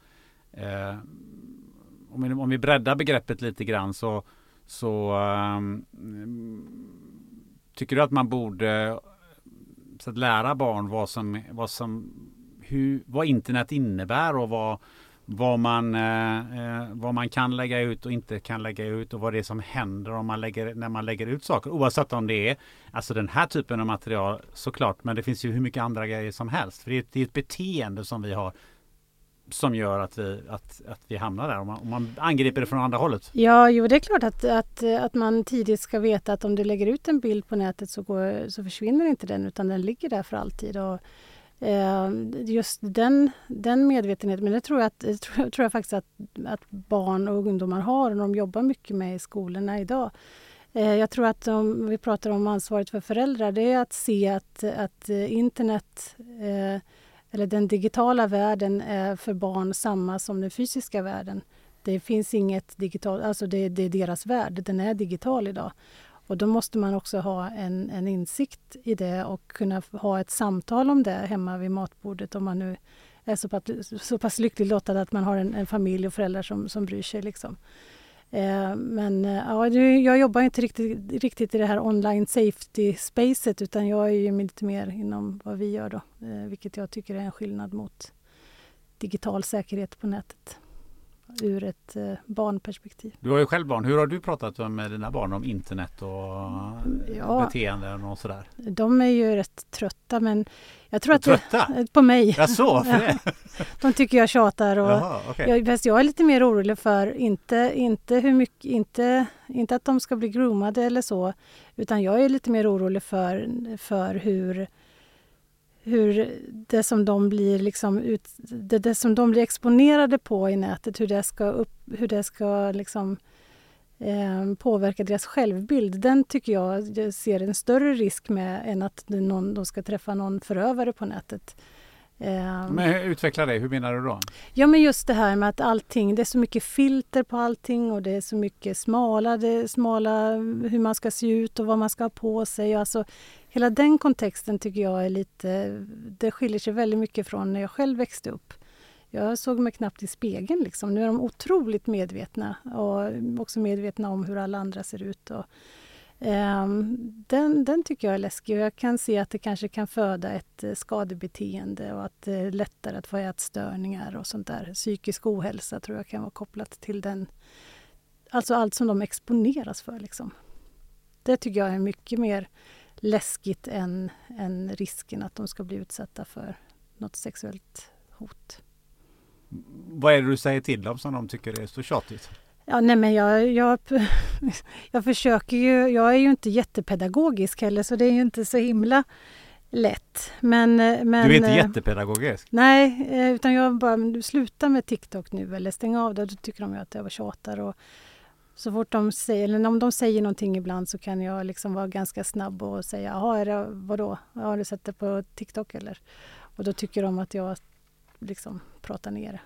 Speaker 5: om vi breddar begreppet lite grann så tycker du att man borde så att lära barn vad internet innebär och vad man kan lägga ut och inte kan lägga ut och vad det är som händer när man lägger ut saker. Oavsett om det är alltså den här typen av material såklart, men det finns ju hur mycket andra grejer som helst. För det är ett beteende som vi har som gör att vi hamnar där om man angriper det från andra hållet. Ja,
Speaker 4: jo, det är klart att man tidigt ska veta att om du lägger ut en bild på nätet så försvinner inte den utan den ligger där för alltid. Och just den medvetenheten, men det tror jag faktiskt att barn och ungdomar har och de jobbar mycket med i skolorna idag. Jag tror att om vi pratar om ansvaret för föräldrar, det är att se att internet eller den digitala världen är för barn samma som den fysiska världen. Det finns inget digitalt, alltså det är deras värld, den är digital idag. Och då måste man också ha en insikt i det och kunna ha ett samtal om det hemma vid matbordet om man nu är så pass lyckligt lottad att man har en familj och föräldrar som bryr sig. Liksom. Jag jobbar inte riktigt i det här online safety-spacet utan jag är ju lite mer inom vad vi gör då. Vilket jag tycker är en skillnad mot digital säkerhet på nätet. Ur ett barnperspektiv.
Speaker 5: Du har ju själv barn. Hur har du pratat med dina barn om internet och beteenden och sådär?
Speaker 4: De är ju rätt trötta, men jag tror att
Speaker 5: trötta?
Speaker 4: På mig.
Speaker 5: Ja, så för det.
Speaker 4: De tycker jag tjatar och
Speaker 5: Jaha, okay.
Speaker 4: jag är lite mer orolig för inte hur mycket, inte att de ska bli groomade eller så, utan jag är lite mer orolig för hur det som de blir det som de blir exponerade på i nätet, hur det ska liksom påverka deras självbild. Den tycker jag ser en större risk med än att de ska träffa någon förövare på nätet.
Speaker 5: Men utveckla det, hur menar du då?
Speaker 4: Ja, men just det här med att allting, det är så mycket filter på allting och det är så mycket smala hur man ska se ut och vad man ska ha på sig. Alltså, hela den kontexten tycker jag är det skiljer sig väldigt mycket från när jag själv växte upp. Jag såg mig knappt i spegeln liksom. Nu är de otroligt medvetna och också medvetna om hur alla andra ser ut. Och, den tycker jag är läskig och jag kan se att det kanske kan föda ett skadebeteende och att det är lättare att få ätstörningar och sånt där. Psykisk ohälsa tror jag kan vara kopplat till den. Alltså allt som de exponeras för liksom. Det tycker jag är mycket mer läskigt än risken att de ska bli utsatta för något sexuellt hot.
Speaker 5: Vad är det du säger till dem som de tycker är så tjatigt?
Speaker 4: Ja, nej men jag försöker ju, jag är ju inte jättepedagogisk heller så det är ju inte så himla lätt. Men,
Speaker 5: du är inte jättepedagogisk?
Speaker 4: Nej, utan jag bara sluta med TikTok nu eller stänga av det, då tycker de ju att jag var tjatar och så fort de säger, eller om de säger någonting ibland så kan jag liksom vara ganska snabb och säga, jaha, vadå? Har du sett det på TikTok eller? Och då tycker de att jag liksom pratar ner.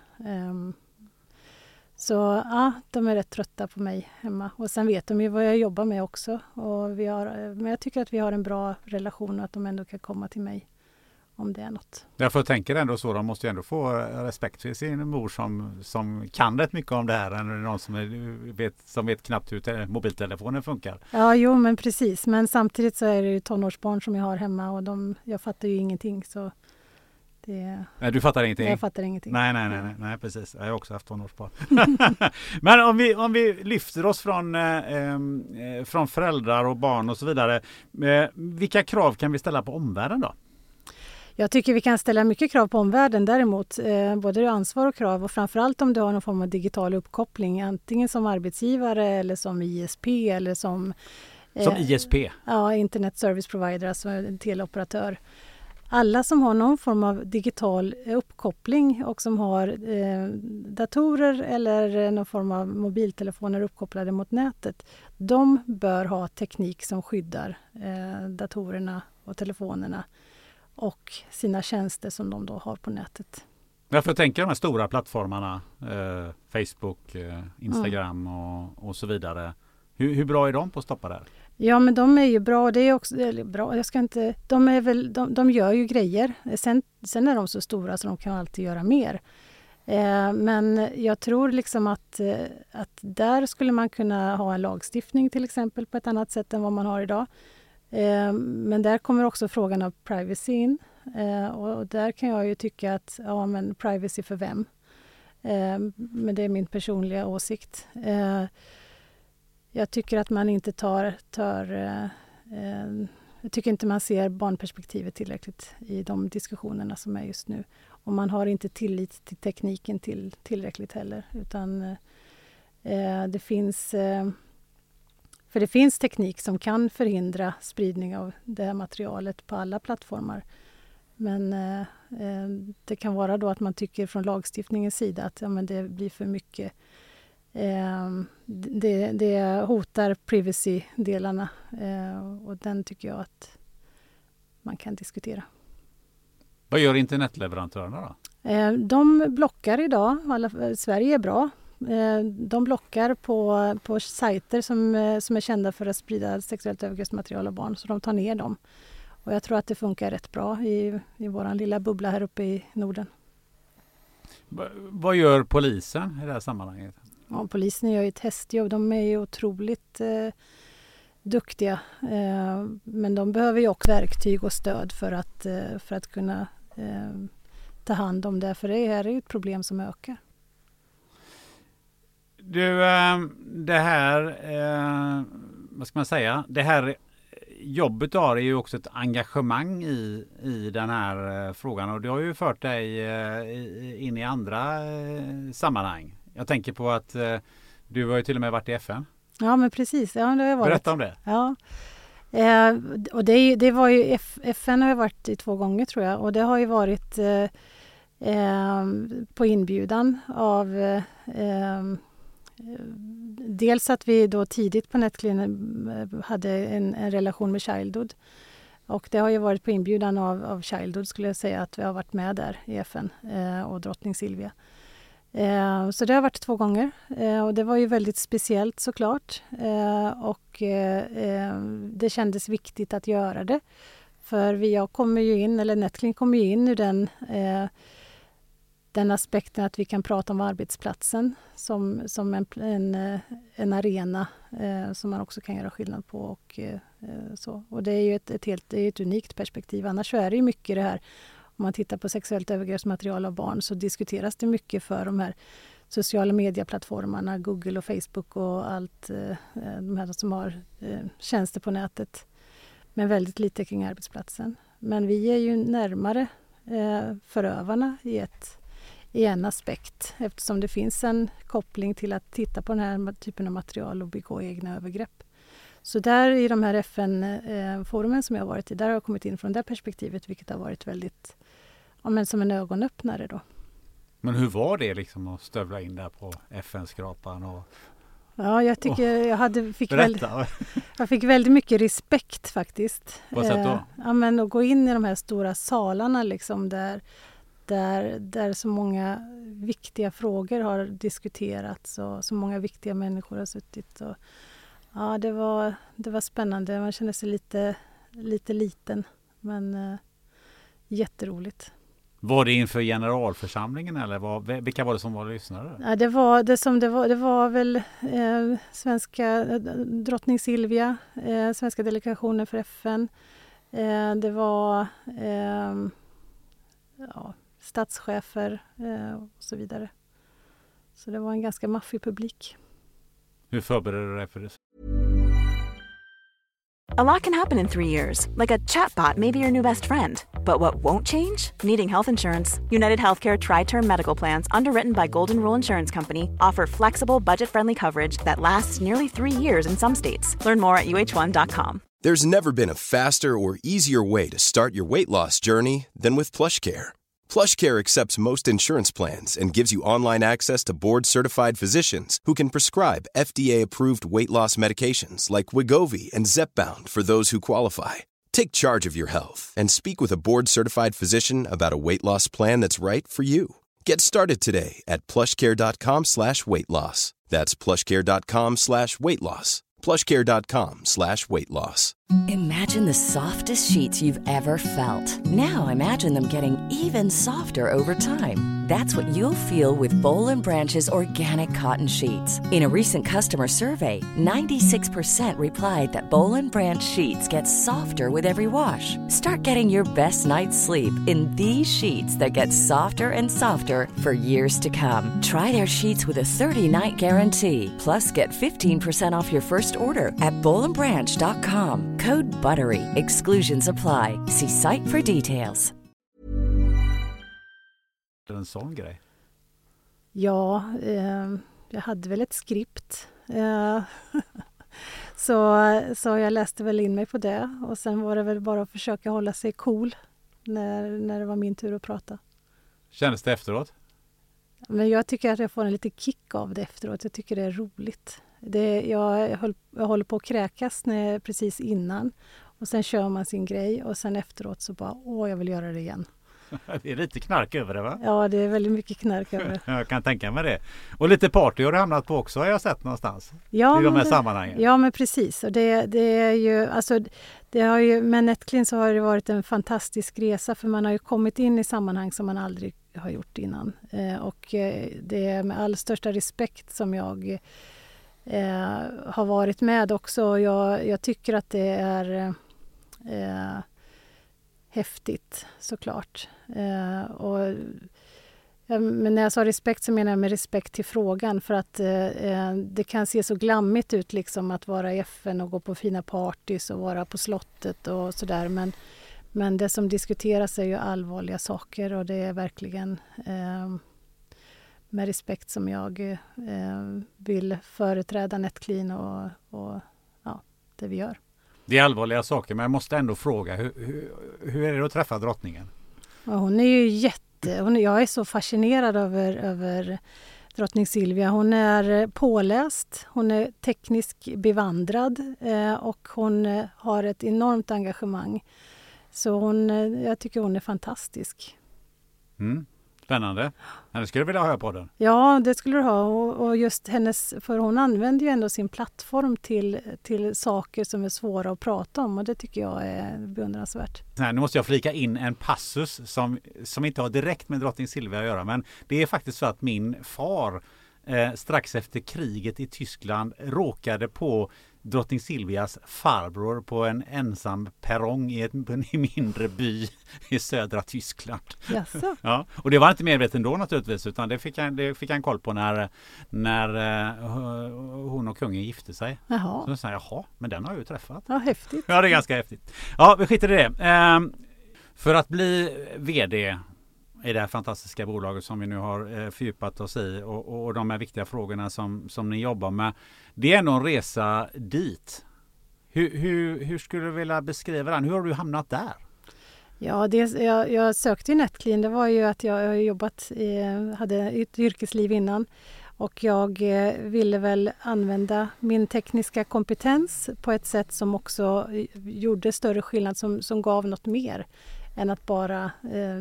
Speaker 4: Så ja, de är rätt trötta på mig hemma. Och sen vet de ju vad jag jobbar med också. Men jag tycker att vi har en bra relation och att de ändå kan komma till mig om det är något.
Speaker 5: Därför tänker ändå så, de måste ju ändå få respekt för sin mor som kan rätt mycket om det här än någon som vet knappt hur mobiltelefonen funkar.
Speaker 4: Ja, jo men precis. Men samtidigt så är det ju tonårsbarn som jag har hemma och jag fattar ju ingenting så...
Speaker 5: Nej, du fattar ingenting?
Speaker 4: Jag fattar ingenting.
Speaker 5: Nej, precis. Jag har också haft tonårsbarn. Men om vi lyfter oss från föräldrar och barn och så vidare. Vilka krav kan vi ställa på omvärlden då?
Speaker 4: Jag tycker vi kan ställa mycket krav på omvärlden däremot, både ansvar och krav, och framförallt om du har någon form av digital uppkoppling, antingen som arbetsgivare eller som ISP eller som
Speaker 5: ISP?
Speaker 4: Ja, Internet Service Provider, alltså en teleoperatör. Alla som har någon form av digital uppkoppling och som har datorer eller någon form av mobiltelefoner uppkopplade mot nätet, de bör ha teknik som skyddar datorerna och telefonerna och sina tjänster som de då har på nätet.
Speaker 5: Jag får tänka de här stora plattformarna, Facebook, Instagram och så vidare. Hur bra är de på att stoppa det här?
Speaker 4: Ja, men de är ju bra. Det är också bra. De gör ju grejer. Sen är de så stora så de kan alltid göra mer. Men jag tror liksom att där skulle man kunna ha en lagstiftning till exempel på ett annat sätt än vad man har idag. Men där kommer också frågan av privacy in. Och där kan jag ju tycka att men privacy för vem? Men det är min personliga åsikt. Jag tycker att man inte jag tycker inte man ser barnperspektivet tillräckligt i de diskussionerna som är just nu. Och man har inte tillit till tekniken tillräckligt heller. Utan det finns teknik som kan förhindra spridning av det här materialet på alla plattformar. Men det kan vara då att man tycker från lagstiftningens sida att det blir för mycket. Det hotar privacy-delarna och den tycker jag att man kan diskutera.
Speaker 5: Vad gör internetleverantörerna då?
Speaker 4: De blockar idag, Sverige är bra. De blockar på sajter som är kända för att sprida sexuellt övergreppsmaterial av barn, så de tar ner dem. Och jag tror att det funkar rätt bra i vår lilla bubbla här uppe i Norden.
Speaker 5: Vad gör polisen i det här sammanhanget? Ja,
Speaker 4: polisen gör ju ett hästjobb. De är ju otroligt duktiga. Men de behöver ju också verktyg och stöd för att kunna ta hand om det. För det här är ju ett problem som ökar.
Speaker 5: Du, det här, vad ska man säga? Det här jobbet är ju också ett engagemang i den här frågan. Och det har ju fört dig in i andra sammanhang. Jag tänker på att du har ju till och med varit i FN.
Speaker 4: Ja, men precis. Ja, det har jag varit.
Speaker 5: Berätta om det.
Speaker 4: Ja. Och det var ju FN har jag varit i 2 gånger tror jag. Och det har ju varit på inbjudan av dels att vi då tidigt på Netclean hade en relation med Childhood. Och det har ju varit på inbjudan av Childhood skulle jag säga att vi har varit med där i FN och drottning Silvia. Så det har varit 2 gånger och det var ju väldigt speciellt såklart och det kändes viktigt att göra det. För jag kommer ju in, eller Netclean kommer ju in ur den aspekten att vi kan prata om arbetsplatsen som en arena som man också kan göra skillnad på och så. Och det är ju ett unikt perspektiv. Annars så är det ju mycket det här. Om man tittar på sexuellt övergreppsmaterial av barn så diskuteras det mycket för de här sociala medieplattformarna, Google och Facebook och allt de här som har tjänster på nätet. Men väldigt lite kring arbetsplatsen. Men vi är ju närmare förövarna i en aspekt eftersom det finns en koppling till att titta på den här typen av material och begå egna övergrepp. Så där i de här FN-forumen som jag har varit i, där har jag kommit in från det perspektivet vilket har varit väldigt, som en ögonöppnare då.
Speaker 5: Men hur var det liksom att stövla in där på FN-skrapan?
Speaker 4: Ja, jag tycker jag fick väldigt mycket respekt faktiskt.
Speaker 5: Vad sätt då?
Speaker 4: Att gå in i de här stora salarna liksom där så många viktiga frågor har diskuterats och så många viktiga människor har suttit. Och, ja, det var spännande. Man känner sig lite liten, men jätteroligt.
Speaker 5: Var det inför generalförsamlingen eller vilka var det som var lyssnare?
Speaker 4: Ja, det var väl svenska drottning Silvia, svenska delegationen för FN. Det var statschefer och så vidare. Så det var en ganska maffig publik.
Speaker 5: Hur förbereder du dig för det?
Speaker 3: A lot can happen in 3 years, like a chatbot may be your new best friend.
Speaker 2: But what won't change? Needing health insurance. United Healthcare Tri-Term Medical Plans, underwritten by Golden Rule Insurance Company, offer flexible, budget-friendly coverage that lasts nearly 3 years in some states. Learn more at uh1.com.
Speaker 1: There's never been a faster or easier way to start your weight loss journey than with PlushCare. PlushCare accepts most insurance plans and gives you online access to board-certified physicians who can prescribe FDA-approved weight loss medications like Wegovy and Zepbound for those who qualify. Take charge of your health and speak with a board-certified physician about a weight loss plan that's right for you. Get started today at plushcare.com/weightloss. That's plushcare.com/weightloss. plushcare.com/weightloss.
Speaker 6: Imagine the softest sheets you've ever felt. Now imagine them getting even softer over time. That's what you'll feel with Boll & Branch's organic cotton sheets. In a recent customer survey, 96% replied that Boll & Branch sheets get softer with every wash. Start getting your best night's sleep in these sheets that get softer and softer for years to come. Try their sheets with a 30-night guarantee. Plus, get 15% off your first order at bollandbranch.com. Code BUTTERY. Exclusions apply. See site for details.
Speaker 5: En sån grej.
Speaker 4: Ja, jag hade väl ett skript. Så jag läste väl in mig på det. Och sen var det väl bara att försöka hålla sig cool när det var min tur att prata.
Speaker 5: Kändes det efteråt?
Speaker 4: Men jag tycker att jag får en liten kick av det efteråt. Jag tycker det är roligt. Jag håller på att kräkas precis innan. Och sen kör man sin grej. Och sen efteråt så bara, jag vill göra det igen.
Speaker 5: Det är lite knark över det, va?
Speaker 4: Ja, det är väldigt mycket knark över det.
Speaker 5: Jag kan tänka mig det. Och lite party har du hamnat på också, har jag sett någonstans.
Speaker 4: Ja,
Speaker 5: i de här sammanhangen.
Speaker 4: Ja, men precis. Och det är ju, alltså, med Netclean så har det varit en fantastisk resa. För man har ju kommit in i sammanhang som man aldrig har gjort innan. Och det är med all största respekt som jag har varit med också. Jag tycker att det är häftigt, såklart. Men när jag sa respekt så menar jag med respekt till frågan, för att det kan se så glammigt ut liksom att vara i FN och gå på fina partys och vara på slottet och sådär, men det som diskuteras är ju allvarliga saker, och det är verkligen med respekt som jag vill företräda Netclean och det vi gör.
Speaker 5: Det är allvarliga saker, men jag måste ändå fråga, hur är det att träffa drottningen?
Speaker 4: Ja, hon är ju jag är så fascinerad över drottning Silvia. Hon är påläst, hon är tekniskt bevandrad och hon har ett enormt engagemang. Så jag tycker hon är fantastisk.
Speaker 5: Spännande. Det skulle jag vilja höra på den.
Speaker 4: Ja, det skulle du ha. Och just för hon använder ju ändå sin plattform till saker som är svåra att prata om, och det tycker jag är beundransvärt.
Speaker 5: Nu måste jag flika in en passus som inte har direkt med drottning Silvia att göra, men det är faktiskt så att min far strax efter kriget i Tyskland råkade på drottning Silvias farbror på en ensam perrong i en mindre by i södra Tyskland.
Speaker 4: Jaså?
Speaker 5: Ja, och det var inte medveten då naturligtvis, utan det fick han koll på när hon och kungen gifte sig.
Speaker 4: Jaha.
Speaker 5: Så sa jag, men den har jag ju träffat.
Speaker 4: Ja, häftigt.
Speaker 5: Ja, det är ganska häftigt. Ja, vi skiter i det. För att bli vd i det här fantastiska bolaget som vi nu har fördjupat oss i, och de här viktiga frågorna som ni jobbar med. Det är ändå en resa dit. Hur skulle du vilja beskriva den? Hur har du hamnat där?
Speaker 4: Ja, jag sökte i Netclean. Det var ju att jag har hade ett yrkesliv innan. Och jag ville väl använda min tekniska kompetens på ett sätt som också gjorde större skillnad, som gav något mer än att bara,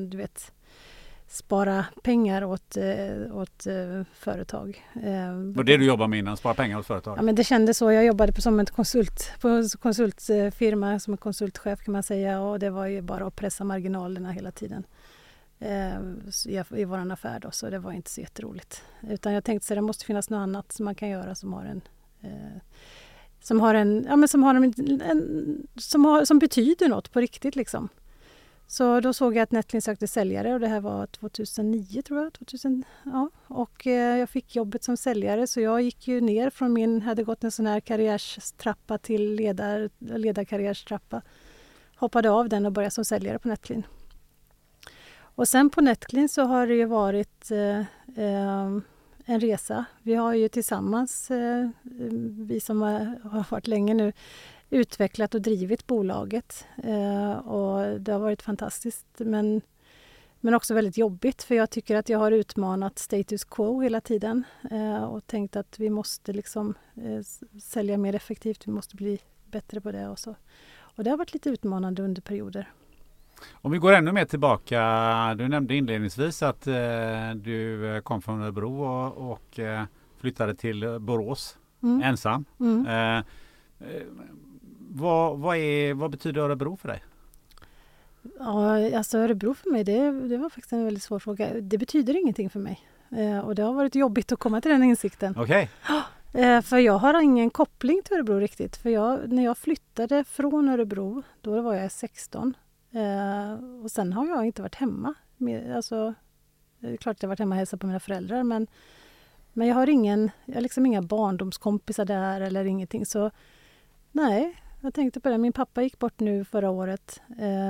Speaker 4: spara pengar åt företag.
Speaker 5: Och det du jobbar med innan, spara pengar åt företag?
Speaker 4: Ja, men det kändes så. Jag jobbade som en konsultfirma, som en konsultchef kan man säga, och det var ju bara att pressa marginalerna hela tiden i vår affär då, så det var inte så jätteroligt. Utan jag tänkte att det måste finnas något annat som man kan göra som betyder något på riktigt liksom. Så då såg jag att Netclean sökte säljare, och det här var 2009 tror jag. Och jag fick jobbet som säljare, så jag gick ju ner hade gått en sån här karriärstrappa till ledarkarriärstrappa. Hoppade av den och började som säljare på Netclean. Och sen på Netclean så har det ju varit en resa. Vi har ju tillsammans, vi som har varit länge nu, utvecklat och drivit bolaget. Och det har varit fantastiskt men också väldigt jobbigt, för jag tycker att jag har utmanat status quo hela tiden och tänkt att vi måste liksom sälja mer effektivt, vi måste bli bättre på det och så. Och det har varit lite utmanande under perioder.
Speaker 5: Om vi går ännu mer tillbaka, du nämnde inledningsvis att du kom från Örebro och flyttade till Borås ensam. Vad betyder Örebro för dig?
Speaker 4: Ja, alltså Örebro för mig, det var faktiskt en väldigt svår fråga. Det betyder ingenting för mig. Och det har varit jobbigt att komma till den insikten.
Speaker 5: Okej.
Speaker 4: För jag har ingen koppling till Örebro riktigt. För när jag flyttade från Örebro, då var jag 16. Och sen har jag inte varit hemma. Alltså, det är klart att jag har varit hemma och hälsat på mina föräldrar. Men jag har liksom inga barndomskompisar där eller ingenting. Så nej, jag tänkte på det. Min pappa gick bort nu förra året.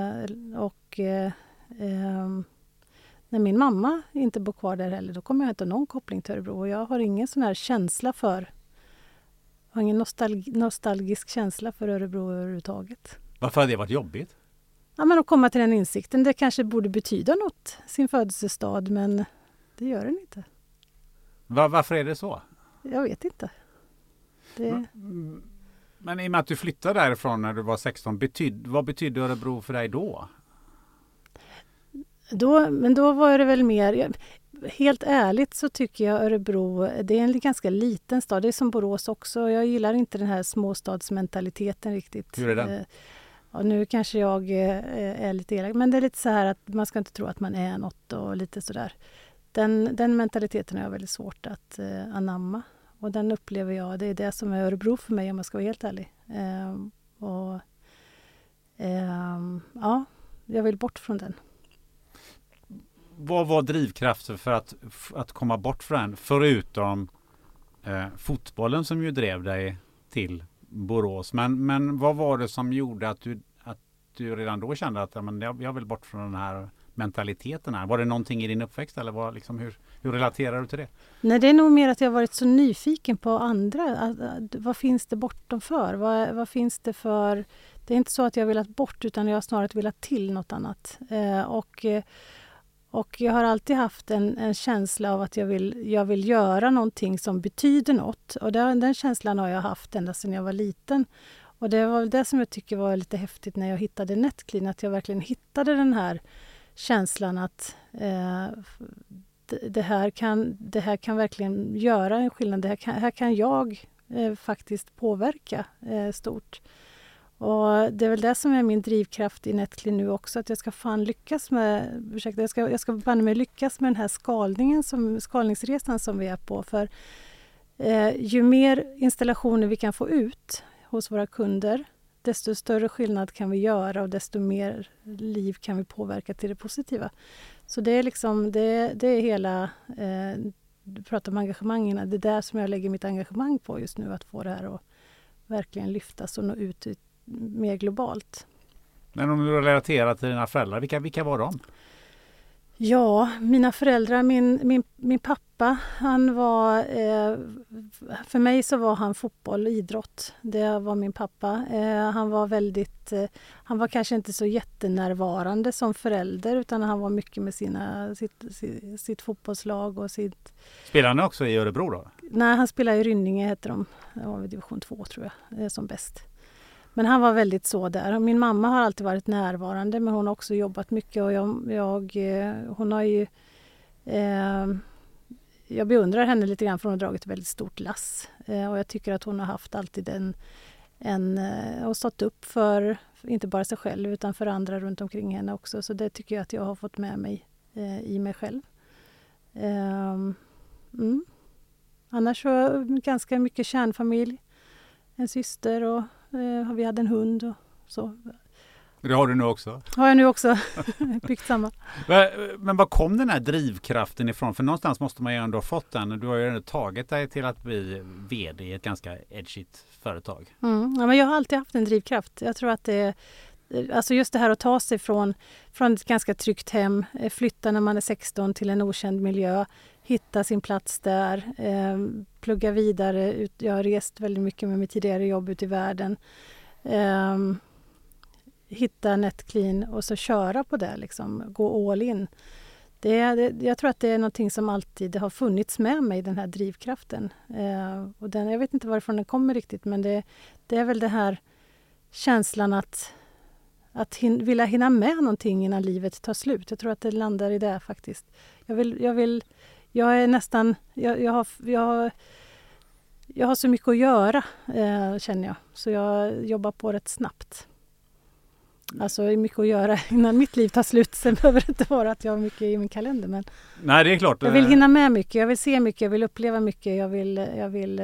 Speaker 4: När min mamma inte bor kvar där heller, då kommer jag inte ha någon koppling till Örebro. Och jag har ingen sån här känsla har ingen nostalgisk känsla för Örebro överhuvudtaget.
Speaker 5: Varför har det varit jobbigt?
Speaker 4: Ja, men att komma till den insikten. Det kanske borde betyda något, sin födelsestad, men det gör den inte.
Speaker 5: Varför är det så?
Speaker 4: Jag vet inte.
Speaker 5: Men i och med att du flyttade därifrån när du var 16, vad betydde Örebro för dig då?
Speaker 4: Då var det väl mer... Helt ärligt så tycker jag Örebro, det är en ganska liten stad. Det är som Borås också. Jag gillar inte den här småstadsmentaliteten riktigt.
Speaker 5: Hur är den?
Speaker 4: Ja, nu kanske jag är lite elak, men det är lite så här att man ska inte tro att man är något och lite sådär. Den mentaliteten är väldigt svårt att anamma. Och den upplever jag, det är det som är Örebro för mig om jag ska vara helt ärlig. Ja, jag vill bort från den.
Speaker 5: Vad var drivkraften för att komma bort från den? Förutom fotbollen som ju drev dig till Borås. Men vad var det som gjorde att du redan då kände att jag vill bort från den här mentaliteten här? Var det någonting i din uppväxt eller hur relaterar du till det? Nej,
Speaker 4: det är nog mer att jag varit så nyfiken på andra. Vad finns det bortom för? Vad finns det för... Det är inte så att jag velat bort, utan jag har snarare velat till något annat. Och jag har alltid haft en känsla av att jag vill göra någonting som betyder något. Och den känslan har jag haft ända sedan jag var liten. Och det var det som jag tycker var lite häftigt när jag hittade Netclean. Att jag verkligen hittade den här känslan att det här kan verkligen göra en skillnad. Här kan jag faktiskt påverka stort. Och det är väl det som är min drivkraft i Netclean nu också, att jag ska fan lyckas med, jag ska fan med lyckas med den här skalningsresan som vi är på. För ju mer installationer vi kan få ut hos våra kunder, desto större skillnad kan vi göra och desto mer liv kan vi påverka till det positiva. Så det är liksom, det är hela, du pratar om engagemangen, det är där som jag lägger mitt engagemang på just nu, att få det här att verkligen lyftas och nå ut mer globalt.
Speaker 5: Men om du relaterar till dina föräldrar, vilka var de?
Speaker 4: Ja, mina föräldrar, min pappa, han var, för mig så var han fotboll och idrott. Det var min pappa. Han var kanske inte så jättenärvarande som förälder, utan han var mycket med sitt fotbollslag och sitt...
Speaker 5: Spelade han också i Örebro då?
Speaker 4: Nej, han spelade i Rynninge, heter de. Det var division 2 tror jag, som bäst. Men han var väldigt så där. Min mamma har alltid varit närvarande, men hon har också jobbat mycket och hon har ju... jag beundrar henne lite grann, för hon har dragit ett väldigt stort lass. Och jag tycker att hon har haft alltid och stått upp för inte bara sig själv utan för andra runt omkring henne också. Så det tycker jag att jag har fått med mig i mig själv. Annars så ganska mycket kärnfamilj. En syster och vi hade en hund och så.
Speaker 5: Det har du nu också?
Speaker 4: Har jag nu också. Byggt samma.
Speaker 5: Men var kom den här drivkraften ifrån? För någonstans måste man ju ändå ha fått den. Du har ju ändå tagit dig till att bli vd i ett ganska edgigt företag.
Speaker 4: Ja, men jag har alltid haft en drivkraft. Jag tror att det alltså just det här att ta sig från ett ganska tryggt hem, flytta när man är 16 till en okänd miljö, hitta sin plats där, plugga vidare. Jag har rest väldigt mycket med mitt tidigare jobb ute i världen. Hitta NetClean och så köra på det, liksom, gå all in. Jag tror att det är någonting som alltid har funnits med mig, den här drivkraften. Och jag vet inte varifrån den kommer riktigt, men det är väl det här känslan att vilja hinna med någonting innan livet tar slut. Jag tror att det landar i det faktiskt. Jag är nästan... Jag har så mycket att göra, känner jag. Så jag jobbar på rätt snabbt. Alltså det är mycket att göra innan mitt liv tar slut. Sen behöver det inte vara att jag har mycket i min kalender. Men
Speaker 5: nej, det är klart.
Speaker 4: Jag vill hinna med mycket, jag vill se mycket, jag vill uppleva mycket. Jag vill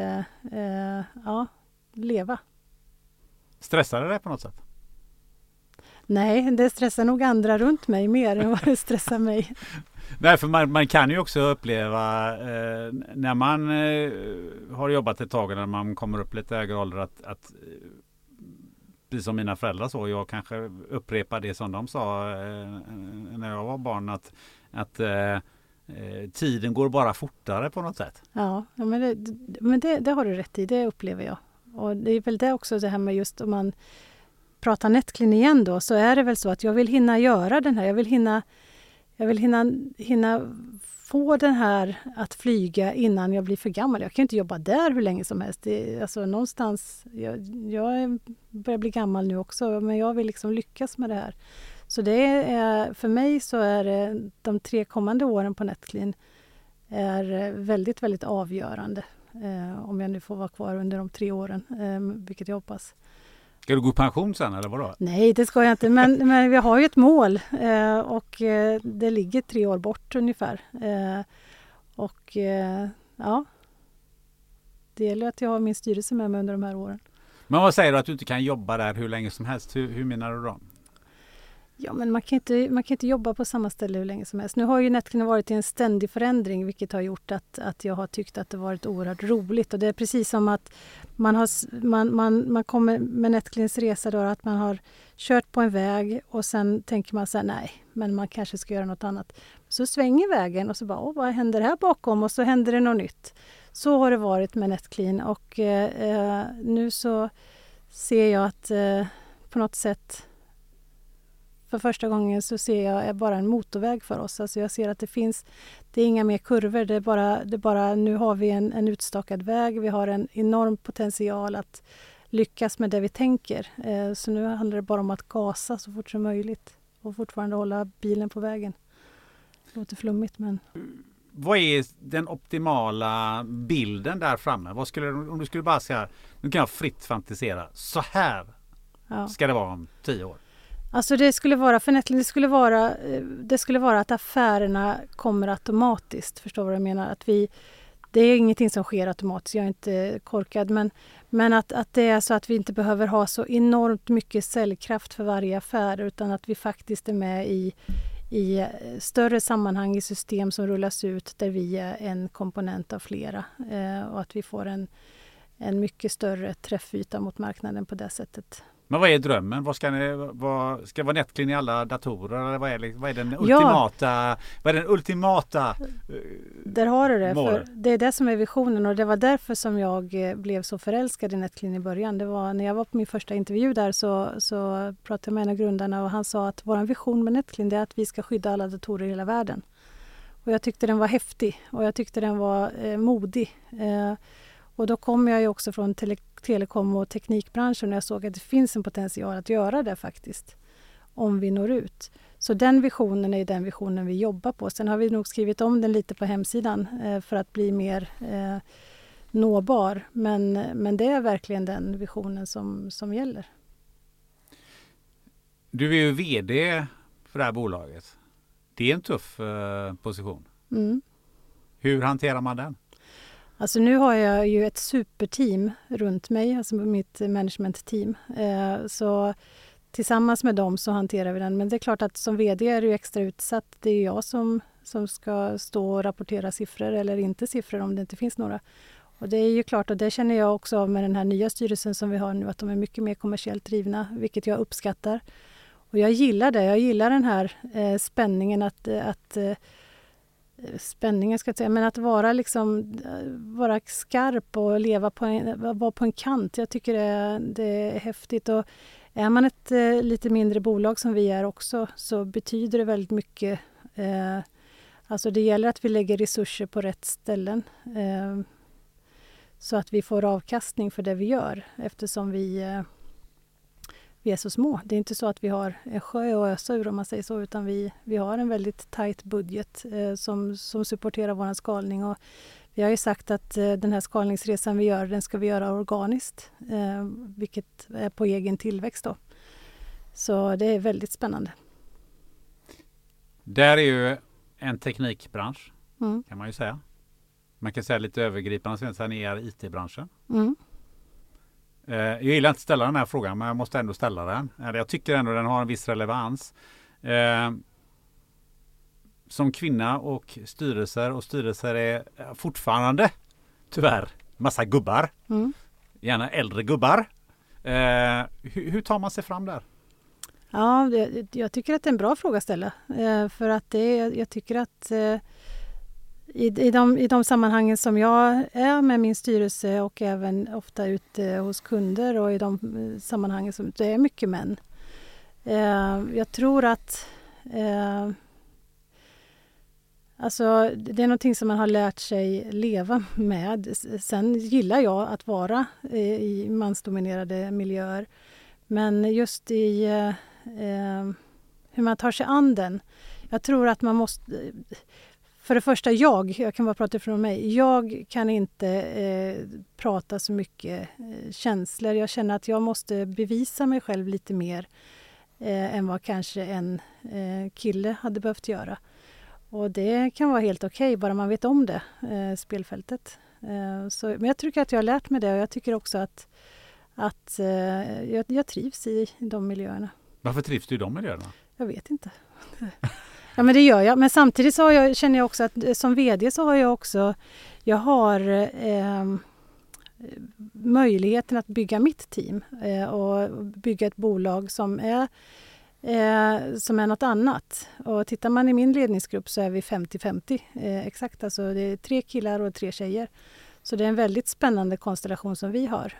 Speaker 4: leva.
Speaker 5: Stressar det på något sätt?
Speaker 4: Nej, det stressar nog andra runt mig mer än vad det stressar mig.
Speaker 5: Nej, för man kan ju också uppleva när man har jobbat ett tag, när man kommer upp lite högre ålder, att precis som mina föräldrar så, jag kanske upprepar det som de sa när jag var barn, att tiden går bara fortare på något sätt.
Speaker 4: Ja, men det har du rätt i, det upplever jag. Och det är väl det också, det här med just om man pratar NetClean igen då, så är det väl så att jag vill hinna göra den här, jag vill hinna få den här att flyga innan jag blir för gammal. Jag kan inte jobba där hur länge som helst. Alltså någonstans, jag börjar bli gammal nu också, men jag vill liksom lyckas med det här. Så det är, för mig så är det de 3 kommande åren på NetClean är väldigt, väldigt avgörande. Om jag nu får vara kvar under de 3 åren, vilket jag hoppas.
Speaker 5: Ska du gå i pension sen eller vadå?
Speaker 4: Nej, det ska jag inte. Men vi har ju ett mål och det ligger 3 år bort ungefär. Ja, det gäller att jag har min styrelse med mig under de här åren.
Speaker 5: Men vad säger du att du inte kan jobba där hur länge som helst? Hur menar du då?
Speaker 4: Ja, men man kan inte jobba på samma ställe hur länge som helst. Nu har ju NetClean varit i en ständig förändring, vilket har gjort att jag har tyckt att det varit oerhört roligt. Och det är precis som att man kommer med NetCleans resa då, att man har kört på en väg och sen tänker man så här, nej, men man kanske ska göra något annat. Så svänger vägen och så bara, vad händer här bakom? Och så händer det något nytt. Så har det varit med NetClean och nu så ser jag att på något sätt för första gången så ser jag bara en motorväg för oss. Alltså jag ser att det är inga mer kurvor. Det är bara nu har vi en utstakad väg. Vi har en enorm potential att lyckas med det vi tänker. Så nu handlar det bara om att gasa så fort som möjligt och fortfarande hålla bilen på vägen. Det låter flummigt, men...
Speaker 5: Vad är den optimala bilden där framme? Om du skulle bara säga, nu kan jag fritt fantisera, så här ska det vara om 10 år.
Speaker 4: Alltså det skulle vara, för NetClean, det skulle vara att affärerna kommer automatiskt. Förstår vad jag menar? Det är ingenting som sker automatiskt, jag är inte korkad. Men att det är så att vi inte behöver ha så enormt mycket säljkraft för varje affär, utan att vi faktiskt är med i större sammanhang, i system som rullas ut där vi är en komponent av flera. Och att vi får en mycket större träffyta mot marknaden på det sättet.
Speaker 5: Men vad är drömmen? Ska vara NetClean i alla datorer? Eller vad är den ultimata? Vad är den ultimata
Speaker 4: där har du det. För det är det som är visionen, och det var därför som jag blev så förälskad i NetClean i början. Det var när jag var på min första intervju där så pratade jag med en av grundarna och han sa att vår vision med NetClean är att vi ska skydda alla datorer i hela världen. Och jag tyckte den var häftig och jag tyckte den var modig. Och då kom jag ju också från telekom- och teknikbranschen och jag såg att det finns en potential att göra det faktiskt, om vi når ut. Så den visionen är den visionen vi jobbar på. Sen har vi nog skrivit om den lite på hemsidan för att bli mer nåbar. Men det är verkligen den visionen som gäller. Du
Speaker 5: är ju vd för det här bolaget. Det är en tuff position.
Speaker 4: Mm.
Speaker 5: Hur hanterar man den?
Speaker 4: Alltså nu har jag ju ett superteam runt mig, alltså mitt managementteam. Så tillsammans med dem så hanterar vi den. Men det är klart att som vd är det ju extra utsatt. Det är jag som ska stå och rapportera siffror eller inte siffror om det inte finns några. Och det är ju klart, och det känner jag också med den här nya styrelsen som vi har nu, att de är mycket mer kommersiellt drivna, vilket jag uppskattar. Och jag gillar det. Jag gillar den här spänningen spänningen ska jag säga, men att vara vara skarp och vara på en kant. Jag tycker det är häftigt. Och är man ett lite mindre bolag som vi är också, så betyder det väldigt mycket. Alltså det gäller att vi lägger resurser på rätt ställen så att vi får avkastning för det vi gör, eftersom vi är så små. Det är inte så att vi har en sjö att ösa ur, om man säger så, utan vi har en väldigt tajt budget som supporterar vår skalning. Och vi har ju sagt att den här skalningsresan vi gör, den ska vi göra organiskt, vilket är på egen tillväxt då. Så det är väldigt spännande.
Speaker 5: Där är ju en teknikbransch, kan man ju säga. Man kan säga lite övergripande, sen är IT-branschen. Jag gillar inte att ställa den här frågan, men jag måste ändå ställa den. Jag tycker ändå den har en viss relevans. Som kvinna och styrelser är fortfarande tyvärr massa gubbar. Gärna äldre gubbar. Hur tar man sig fram där?
Speaker 4: Ja, jag tycker att det är en bra fråga att ställa. För att jag tycker att i de sammanhangen som jag är med min styrelse och även ofta ute hos kunder och i de sammanhangen som det är mycket män. Jag tror att alltså det är någonting som man har lärt sig leva med. Sen gillar jag att vara i mansdominerade miljöer. Men just i hur man tar sig an den. Jag tror att man måste... För det första, jag kan bara prata från mig. Jag kan inte prata så mycket känslor. Jag känner att jag måste bevisa mig själv lite mer än vad kanske en kille hade behövt göra. Och det kan vara helt okej, bara man vet om det, spelfältet. Men jag tycker att jag har lärt mig det, och jag tycker också att jag trivs i de miljöerna.
Speaker 5: Varför trivs du i de miljöerna?
Speaker 4: Jag vet inte. Ja, men det gör jag. Men samtidigt så känner jag också att som vd så har jag har möjligheten att bygga mitt team och bygga ett bolag som är något annat. Och tittar man i min ledningsgrupp så är vi 50-50 exakt. Alltså det är 3 killar och 3 tjejer. Så det är en väldigt spännande konstellation som vi har.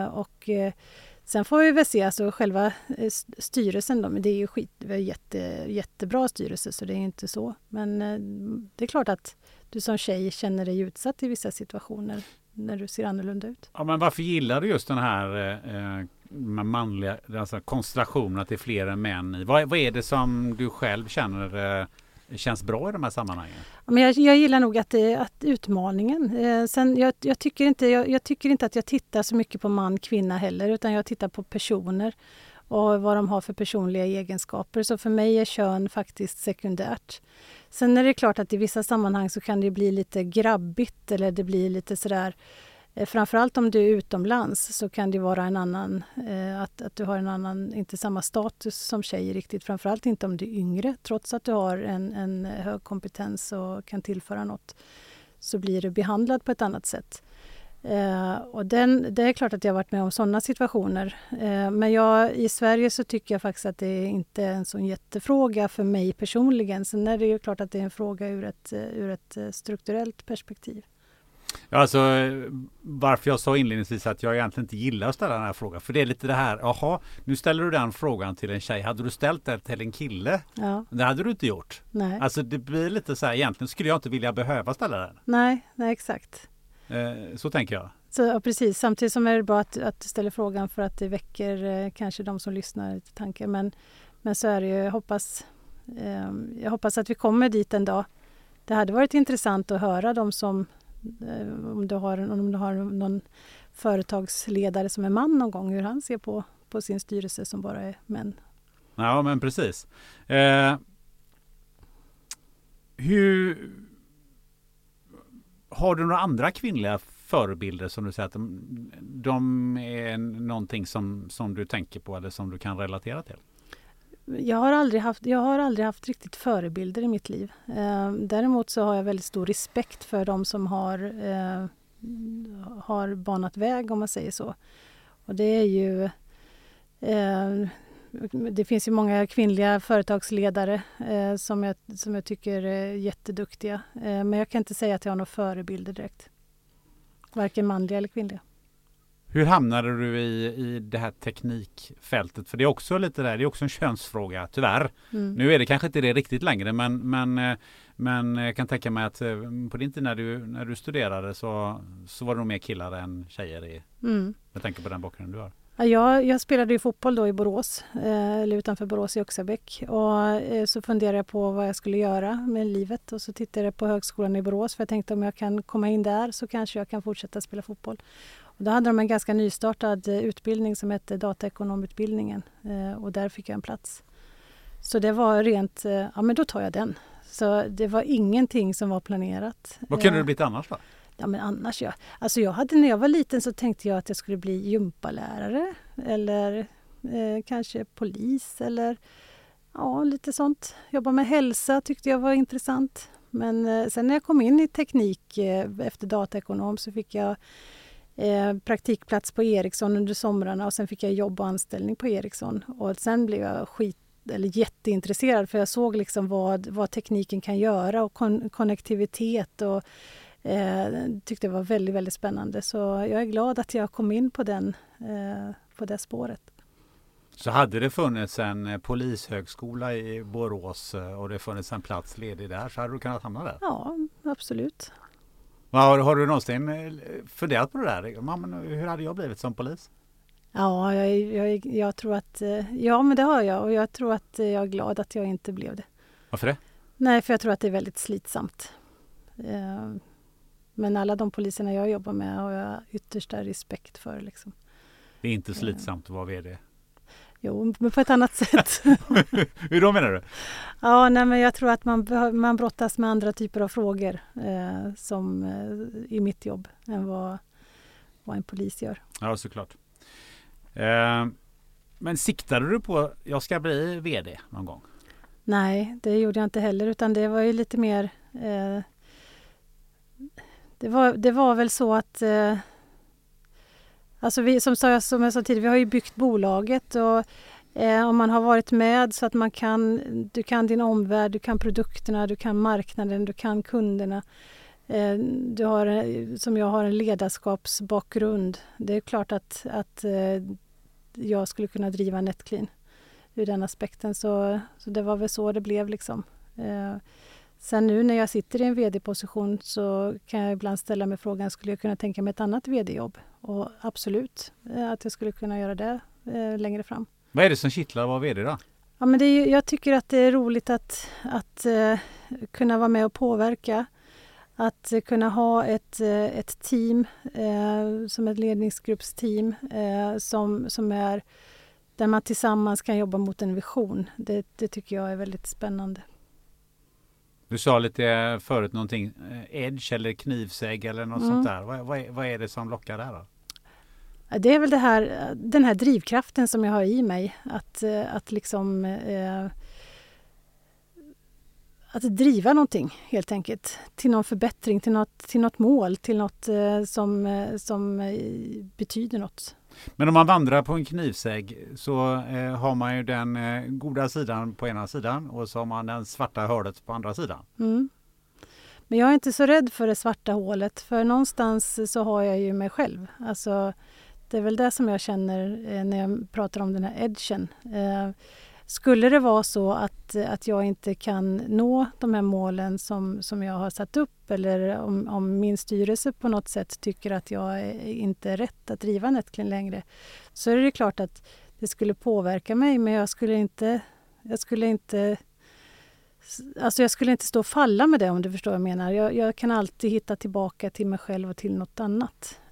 Speaker 4: Sen får vi väl se, alltså själva styrelsen då, men det är ju jättebra styrelse, så det är inte så. Men det är klart att du som tjej känner dig utsatt i vissa situationer när du ser annorlunda ut. Ja,
Speaker 5: men varför gillar du just den här manliga alltså konstellationen, att det är fler än män? Vad är det som du själv känner känns bra i de här sammanhangen?
Speaker 4: Men jag gillar nog att utmaningen. Sen jag tycker inte att jag tittar så mycket på man, kvinna heller, utan jag tittar på personer och vad de har för personliga egenskaper. Så för mig är kön faktiskt sekundärt. Sen är det klart att i vissa sammanhang så kan det bli lite grabbigt, eller det blir lite sådär. Framförallt om du är utomlands så kan det vara en annan, att du har en annan, inte samma status som tjej riktigt. Framförallt inte om du är yngre, trots att du har en hög kompetens och kan tillföra något, så blir du behandlad på ett annat sätt. Och det är klart att jag har varit med om sådana situationer. Men i Sverige så tycker jag faktiskt att det inte är en sån jättefråga för mig personligen. Sen är det ju klart att det är en fråga ur ett strukturellt perspektiv.
Speaker 5: Ja, alltså, varför jag sa inledningsvis att jag egentligen inte gillar att ställa den här frågan. För det är lite det här, nu ställer du den frågan till en tjej. Hade du ställt det till en kille?
Speaker 4: Ja.
Speaker 5: Det hade du inte gjort.
Speaker 4: Nej.
Speaker 5: Alltså det blir lite så här, egentligen skulle jag inte vilja behöva ställa den.
Speaker 4: Nej, exakt.
Speaker 5: Så tänker jag.
Speaker 4: Så, precis, samtidigt som är det bra att du ställer frågan för att det väcker kanske de som lyssnar lite tankar. Men så är det ju, jag hoppas att vi kommer dit en dag. Det hade varit intressant att höra de som om du har någon företagsledare som är man någon gång, hur han ser på sin styrelse som bara är män.
Speaker 5: Ja, men precis. Har du några andra kvinnliga förebilder som du säger att de är någonting som du tänker på eller som du kan relatera till?
Speaker 4: Jag har aldrig haft riktigt förebilder i mitt liv. Däremot så har jag väldigt stor respekt för de som har banat väg, om man säger så. Och det är ju det finns ju många kvinnliga företagsledare som jag tycker är jätteduktiga. Men jag kan inte säga att jag har några förebilder direkt. Varken manliga eller kvinnliga.
Speaker 5: Hur hamnade du i det här teknikfältet? För det är också lite där, det är också en könsfråga, tyvärr. Nu är det kanske inte det riktigt längre, men jag kan tänka mig att på din tid när du studerade så var det nog mer killar än tjejer med tanke på den bakgrunden du har.
Speaker 4: Ja, jag spelade ju fotboll då i Borås, eller utanför Borås i Oxabäck. Och så funderade jag på vad jag skulle göra med livet. Och så tittade jag på högskolan i Borås för jag tänkte om jag kan komma in där så kanske jag kan fortsätta spela fotboll. Och då hade de en ganska nystartad utbildning som hette dataekonomutbildningen. Och där fick jag en plats. Så det var rent, ja men då tar jag den. Så det var ingenting som var planerat.
Speaker 5: Vad kunde det blivit annars då?
Speaker 4: Ja men annars alltså när jag var liten så tänkte jag att jag skulle bli gympalärare eller kanske polis eller ja lite sånt. Jobba med hälsa tyckte jag var intressant. Men sen när jag kom in i teknik efter dataekonom så fick jag praktikplats på Ericsson under somrarna och sen fick jag jobb och anställning på Ericsson. Och sen blev jag jätteintresserad för jag såg liksom vad tekniken kan göra och konnektivitet och tyckte det var väldigt, väldigt spännande. Så jag är glad att jag kom in på det spåret.
Speaker 5: Så hade det funnits en polishögskola i Borås och det funnits en plats ledig där så hade du kunnat hamna där?
Speaker 4: Ja, absolut.
Speaker 5: Har du någonsin funderat på det där? Men hur hade jag blivit som polis?
Speaker 4: Ja, jag tror att... Ja, men det har jag. Och jag tror att jag är glad att jag inte blev det.
Speaker 5: Varför det?
Speaker 4: Nej, för jag tror att det är väldigt slitsamt. Men alla de poliserna jag jobbar med har jag yttersta respekt för. Liksom.
Speaker 5: Det är inte slitsamt att vara vd?
Speaker 4: Jo, men på ett annat sätt.
Speaker 5: Hur då menar du?
Speaker 4: Ja, nej, men jag tror att man brottas med andra typer av frågor som i mitt jobb än vad en polis gör.
Speaker 5: Ja, såklart. Men siktade du på jag ska bli vd någon gång? Nej,
Speaker 4: det gjorde jag inte heller utan det var ju lite mer det var väl så att alltså som jag sa tidigare, vi har ju byggt bolaget och om man har varit med så att du kan din omvärld, du kan produkterna, du kan marknaden, du kan kunderna. Du har, som jag har en ledarskapsbakgrund. Det är klart att jag skulle kunna driva Netclean ur den aspekten. Så det var väl så det blev liksom. Sen nu när jag sitter i en vd-position så kan jag ibland ställa mig frågan, skulle jag kunna tänka mig ett annat vd-jobb? Och absolut att jag skulle kunna göra det längre fram.
Speaker 5: Vad är det som kittlar att vara vd då?
Speaker 4: Ja, men jag tycker att det är roligt att kunna vara med och påverka. Att kunna ha ett team som ett ledningsgruppsteam som är där man tillsammans kan jobba mot en vision. Det tycker jag är väldigt spännande.
Speaker 5: Du sa lite förut någonting edge eller knivsägg eller något sånt där. Vad är det som lockar där då?
Speaker 4: Det är väl den här drivkraften som jag har i mig. Att liksom att driva någonting helt enkelt till någon förbättring, till något mål, till något som betyder något.
Speaker 5: Men om man vandrar på en knivsägg så har man ju den goda sidan på ena sidan och så har man den svarta hålet på andra sidan.
Speaker 4: Mm. Men jag är inte så rädd för det svarta hålet för någonstans så har jag ju mig själv. Alltså, det är väl det som jag känner när jag pratar om den här edgen. Skulle det vara så att jag inte kan nå de här målen som jag har satt upp eller om min styrelse på något sätt tycker att jag inte är rätt att driva Netclean längre så är det klart att det skulle påverka mig men jag skulle inte stå och falla med det om du förstår vad jag menar. Jag kan alltid hitta tillbaka till mig själv och till något annat.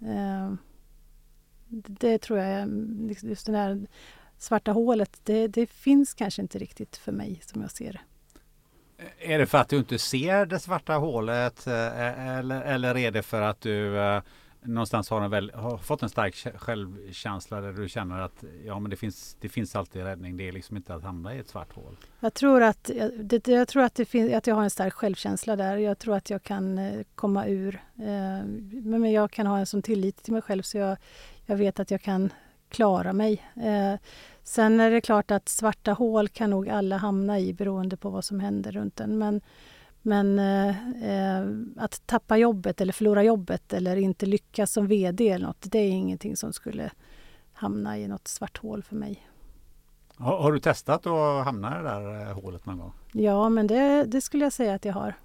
Speaker 4: Det tror jag är just den här svarta hålet, det finns kanske inte riktigt för mig som jag ser det.
Speaker 5: Är det för att du inte ser det svarta hålet eller är det för att du någonstans har fått en stark självkänsla där du känner att ja, men det finns alltid räddning, det är liksom inte att hamna i ett svart hål?
Speaker 4: Jag tror att jag har en stark självkänsla där. Jag tror att jag kan komma ur. Men jag kan ha en sån tillit till mig själv så jag vet att jag kan klara mig. Sen är det klart att svarta hål kan nog alla hamna i beroende på vad som händer runt en. Men att tappa jobbet eller förlora jobbet eller inte lyckas som vd eller något, det är ingenting som skulle hamna i något svart hål för mig.
Speaker 5: Har du testat att hamna i det där hålet någon gång?
Speaker 4: Ja, men det skulle jag säga att jag har.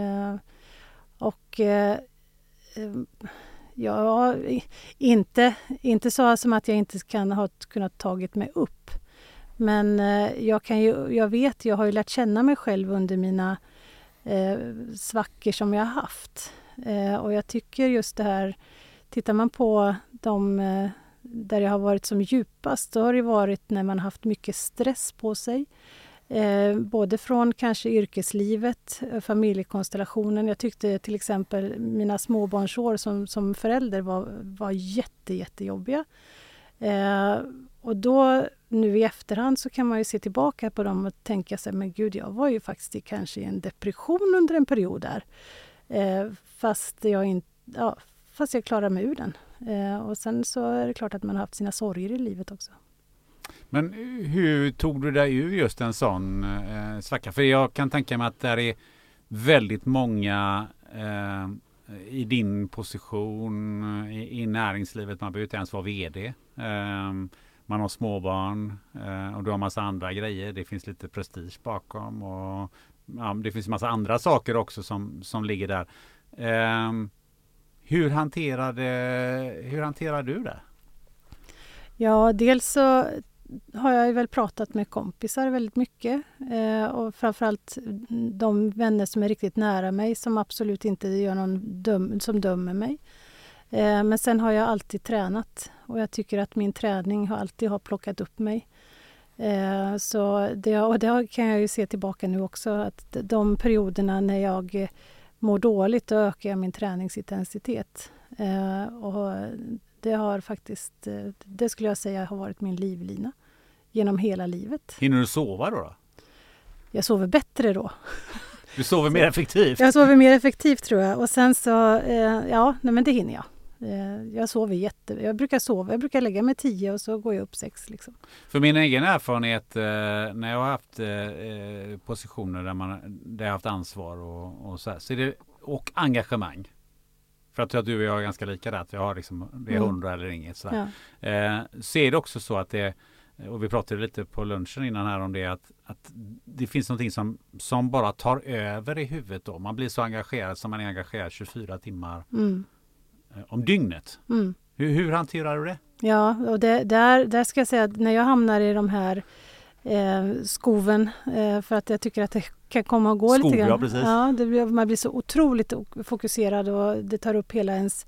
Speaker 4: Ja, inte så som att jag inte kan ha kunnat tagit mig upp. Men jag har ju lärt känna mig själv under mina svackor som jag har haft. Och jag tycker just det här, tittar man på de där jag har varit som djupast, då har det varit när man haft mycket stress på sig. Både från kanske yrkeslivet, familjekonstellationen. Jag tyckte till exempel mina småbarnsår som förälder var jättejobbiga. Och då nu i efterhand så kan man ju se tillbaka på dem och tänka sig, men gud, jag var ju faktiskt kanske i en depression under en period där. Fast jag klarade mig ur den. Och sen så är det klart att man har haft sina sorger i livet också.
Speaker 5: Men hur tog du dig ur just en sån svacka? För jag kan tänka mig att det är väldigt många i din position i näringslivet. Man behöver inte ens vara vd. Man har småbarn och du har massa andra grejer. Det finns lite prestige bakom och det finns massa andra saker också som ligger där. Hur hanterar du det? Ja,
Speaker 4: dels så har jag väl pratat med kompisar väldigt mycket och framförallt de vänner som är riktigt nära mig som absolut inte gör någon som dömer mig. Men sen har jag alltid tränat och jag tycker att min träning alltid har plockat upp mig. Så det kan jag ju se tillbaka nu också, att de perioderna när jag mår dåligt, då ökar jag min träningsintensitet. Och det har faktiskt, det skulle jag säga har varit min livlina genom hela livet.
Speaker 5: Hinner du sova då?
Speaker 4: Jag sover bättre då.
Speaker 5: Du sover mer effektivt?
Speaker 4: Jag sover mer effektivt tror jag. Och sen så, men det hinner jag. Jag sover jag brukar lägga mig 10 och så går jag upp 6 liksom.
Speaker 5: För min egen erfarenhet när jag har haft positioner där jag har haft ansvar och så är det, och engagemang. För att du och jag är ganska lika där, att jag har liksom, det är 100 eller inget. Så är det också så att det, och vi pratade lite på lunchen innan här om det, att det finns någonting som bara tar över i huvudet då. Man blir så engagerad som man är engagerad 24 timmar om dygnet. Hur hanterar du det? Ja, och
Speaker 4: där ska jag säga att när jag hamnar i de här skoven, för att jag tycker att det kan komma och gå lite grann.
Speaker 5: Ja, precis.
Speaker 4: Ja, man blir så otroligt fokuserad och det tar upp hela ens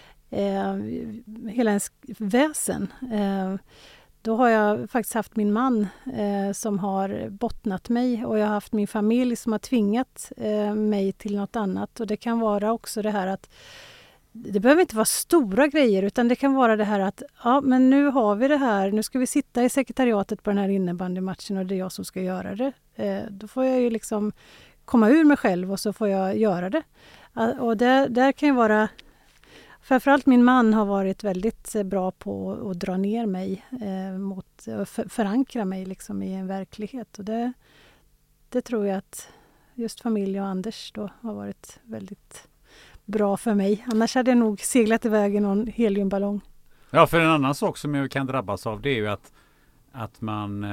Speaker 4: väsen. Då har jag faktiskt haft min man som har bottnat mig och jag har haft min familj som har tvingat mig till något annat. Och det kan vara också det här att det behöver inte vara stora grejer utan det kan vara det här att men nu har vi det här, nu ska vi sitta i sekretariatet på den här innebandymatchen och det är jag som ska göra det. Då får jag ju liksom komma ur mig själv och så får jag göra det. Och där kan ju vara, framförallt min man har varit väldigt bra på att dra ner mig mot förankra mig liksom i en verklighet. Och det tror jag att just familj och Anders då har varit väldigt bra för mig. Annars hade jag nog seglat iväg i någon heliumballong.
Speaker 5: Ja, för en annan sak som jag kan drabbas av det är ju att man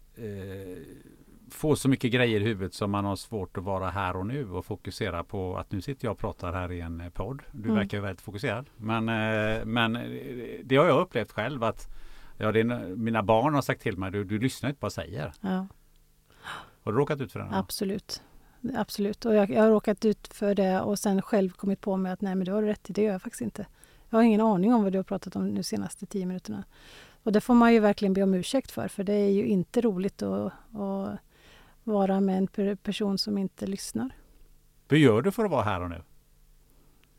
Speaker 5: får så mycket grejer i huvudet som man har svårt att vara här och nu och fokusera på att nu sitter jag och pratar här i en podd. Du verkar ju väldigt fokuserad. Men det har jag upplevt själv att mina barn har sagt till mig, du lyssnar inte på vad jag säger. Ja. Har du råkat ut för det?
Speaker 4: Absolut. Och jag har råkat ut för det och sen själv kommit på mig att nej, men du har rätt i det, gör jag faktiskt inte. Jag har ingen aning om vad du har pratat om de senaste 10 minuterna. Och det får man ju verkligen be om ursäkt för det är ju inte roligt att vara med en person som inte lyssnar.
Speaker 5: Hur gör du för att vara här och nu?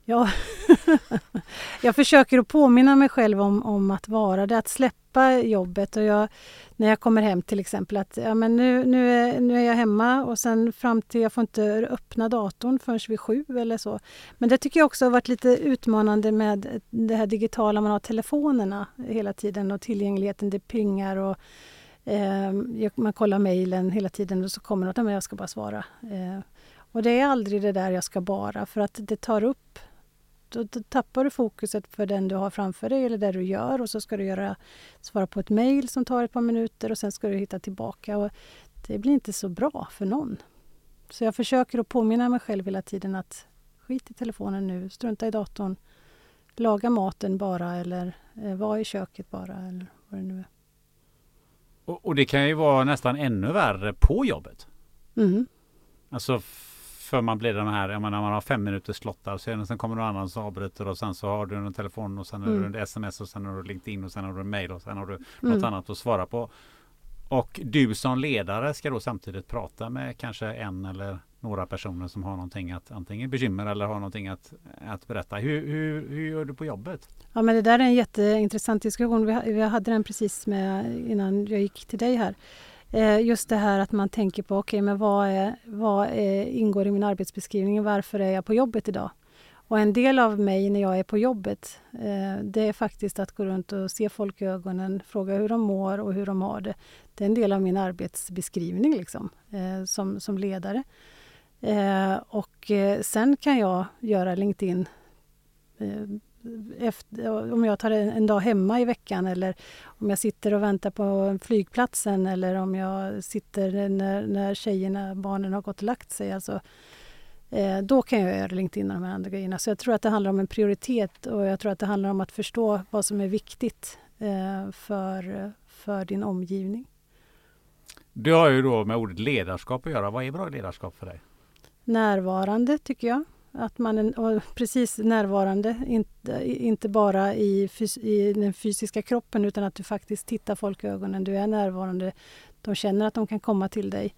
Speaker 4: Ja, jag försöker att påminna mig själv om att vara det, att släppa jobbet. Och när jag kommer hem till exempel, att men nu är jag hemma och sen fram till, jag får inte öppna datorn förrän vid 7 eller så. Men det tycker jag också har varit lite utmanande med det här digitala, man har telefonerna hela tiden och tillgängligheten, det pingar och man kollar mejlen hela tiden och så kommer något, men jag ska bara svara. Och det är aldrig det där jag ska bara, för att det tar upp, då tappar du fokuset för den du har framför dig eller det du gör, och så ska du svara på ett mejl som tar ett par minuter och sen ska du hitta tillbaka, och det blir inte så bra för någon. Så jag försöker att påminna mig själv hela tiden att skit i telefonen nu, strunta i datorn, laga maten bara eller vara i köket bara eller vad det nu är.
Speaker 5: Och det kan ju vara nästan ännu värre på jobbet.
Speaker 4: Mm.
Speaker 5: Alltså för man blir de här, jag menar, man har 5 minuters slottar, sen kommer någon annan som avbryter och sen så har du en telefon och sen har du en sms och sen har du LinkedIn och sen har du en mail och sen har du något annat att svara på. Och du som ledare ska då samtidigt prata med kanske en eller några personer som har någonting att antingen bekymmer eller har någonting att berätta. Hur gör du på jobbet? Ja, men
Speaker 4: det där är en jätteintressant diskussion. Vi hade den precis med innan jag gick till dig här. Just det här att man tänker på men vad ingår i min arbetsbeskrivning? Varför är jag på jobbet idag? Och en del av mig när jag är på jobbet, det är faktiskt att gå runt och se folk i ögonen, fråga hur de mår och hur de har det. Det är en del av min arbetsbeskrivning liksom, som ledare. Och sen kan jag göra LinkedIn om jag tar en dag hemma i veckan, eller om jag sitter och väntar på flygplatsen, eller om jag sitter när barnen har gått och lagt sig. Alltså, då kan jag göra LinkedIn och de här andra grejerna. Så jag tror att det handlar om en prioritet, och jag tror att det handlar om att förstå vad som är viktigt för din omgivning.
Speaker 5: Du har ju då med ordet ledarskap att göra. Vad är bra ledarskap för dig?
Speaker 4: Närvarande tycker jag. Att man är precis närvarande, inte bara i den fysiska kroppen, utan att du faktiskt tittar folk i ögonen. Du är närvarande, de känner att de kan komma till dig.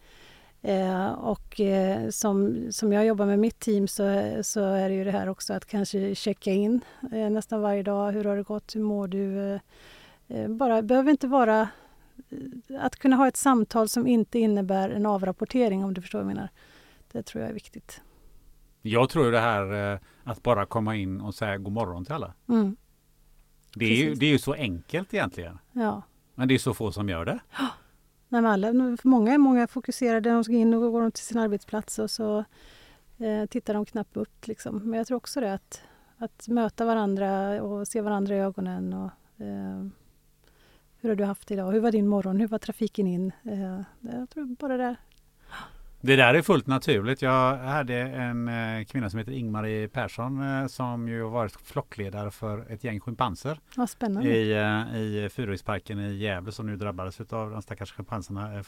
Speaker 4: Som jag jobbar med mitt team så är det ju det här också att kanske checka in nästan varje dag. Hur har det gått? Hur mår du? Behöver inte vara att kunna ha ett samtal som inte innebär en avrapportering, om du förstår vad jag menar. Det tror jag är viktigt.
Speaker 5: Jag tror det här att bara komma in och säga god morgon till alla.
Speaker 4: Mm.
Speaker 5: Det är ju så enkelt egentligen.
Speaker 4: Ja.
Speaker 5: Men det är så få som gör det.
Speaker 4: Nej, men många är fokuserade. De ska in och går till sin arbetsplats och så tittar de knappt upp. Liksom. Men jag tror också det att möta varandra och se varandra i ögonen. Och, hur har du haft idag? Hur var din morgon? Hur var trafiken in? Jag tror bara det.
Speaker 5: Det där är fullt naturligt. Jag hade en kvinna som heter Ingmarie Persson som ju har varit flockledare för ett gäng schimpanser.
Speaker 4: Ja, spännande.
Speaker 5: I Furuhusparken i Gävle, som nu drabbades av de stackars schimpanserna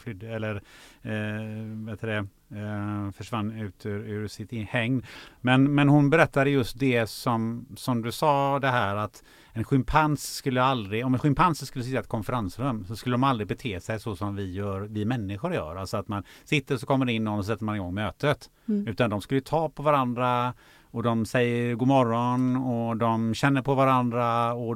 Speaker 5: försvann ut ur sitt hägn. Men hon berättade just det som du sa, det här att om en schimpans skulle sitta i ett konferensrum så skulle de aldrig bete sig så som vi människor gör. Alltså att man sitter, så kommer det in någon och sätter man igång mötet. Utan de skulle ta på varandra och de säger god morgon och de känner på varandra och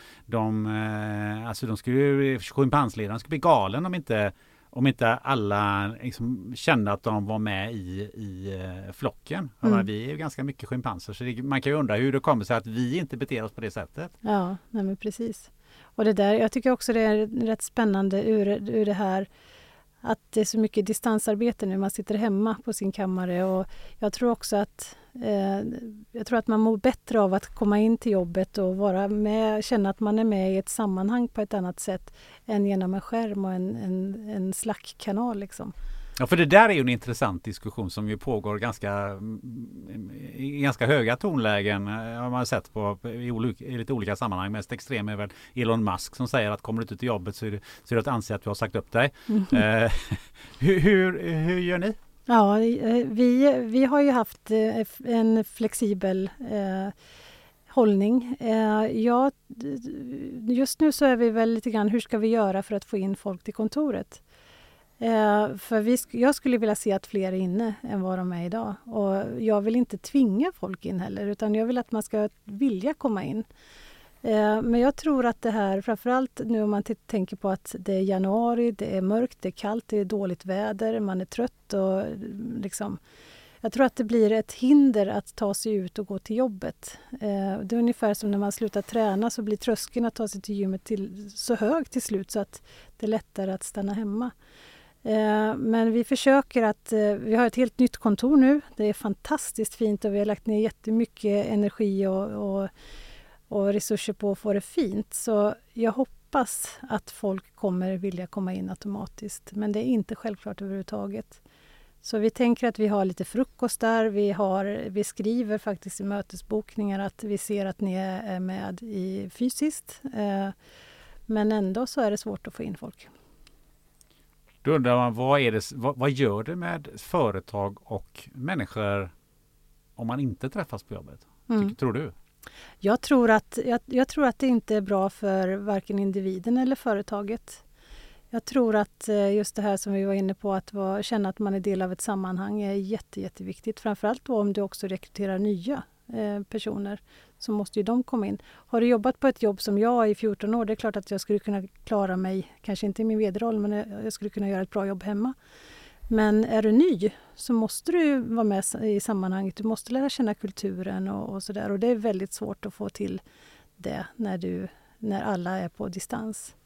Speaker 5: schimpansledaren skulle bli galen om inte alla liksom kände att de var med i flocken. Vi är ju ganska mycket schimpanser, så man kan ju undra hur det kommer sig att vi inte beter oss på det sättet.
Speaker 4: Ja, nej men precis. Och det där, jag tycker också det är rätt spännande ur det här att det är så mycket distansarbete nu. Man sitter hemma på sin kammare, och jag tror också att man mår bättre av att komma in till jobbet och vara med, känna att man är med i ett sammanhang på ett annat sätt än genom en skärm och en Slack-kanal liksom.
Speaker 5: Ja, för det där är ju en intressant diskussion som ju pågår i ganska höga tonlägen, har man sett i lite olika sammanhang. Mest extrem är väl Elon Musk som säger att kommer du inte till jobbet så är det att anse att du har sagt upp dig. Hur gör ni?
Speaker 4: Ja, vi har ju haft en flexibel hållning. Just nu så är vi väl lite grann, hur ska vi göra för att få in folk till kontoret? För jag skulle vilja se att fler är inne än vad de är idag. Och jag vill inte tvinga folk in heller, utan jag vill att man ska vilja komma in. Men jag tror att det här, framförallt nu om man tänker på att det är januari, det är mörkt, det är kallt, det är dåligt väder, man är trött och liksom... Jag tror att det blir ett hinder att ta sig ut och gå till jobbet. Det är ungefär som när man slutar träna så blir tröskeln att ta sig till gymmet så hög till slut så att det är lättare att stanna hemma. Men vi försöker att... Vi har ett helt nytt kontor nu. Det är fantastiskt fint och vi har lagt ner jättemycket energi och resurser på att få det fint. Så jag hoppas att folk kommer vilja komma in automatiskt. Men det är inte självklart överhuvudtaget. Så vi tänker att vi har lite frukost där. Vi skriver faktiskt i mötesbokningar att vi ser att ni är med fysiskt. Men ändå så är det svårt att få in folk.
Speaker 5: Då undrar man, vad gör det med företag och människor om man inte träffas på jobbet? Tror du?
Speaker 4: Jag tror att det inte är bra för varken individen eller företaget. Jag tror att just det här som vi var inne på, att känna att man är del av ett sammanhang är jätteviktigt. Framförallt då om du också rekryterar nya personer så måste ju de komma in. Har du jobbat på ett jobb som jag i 14 år, det är klart att jag skulle kunna klara mig, kanske inte i min vd-roll, men jag skulle kunna göra ett bra jobb hemma. Men är du ny så måste du vara med i sammanhanget, du måste lära känna kulturen och sådär. Och det är väldigt svårt att få till det när alla är på distans.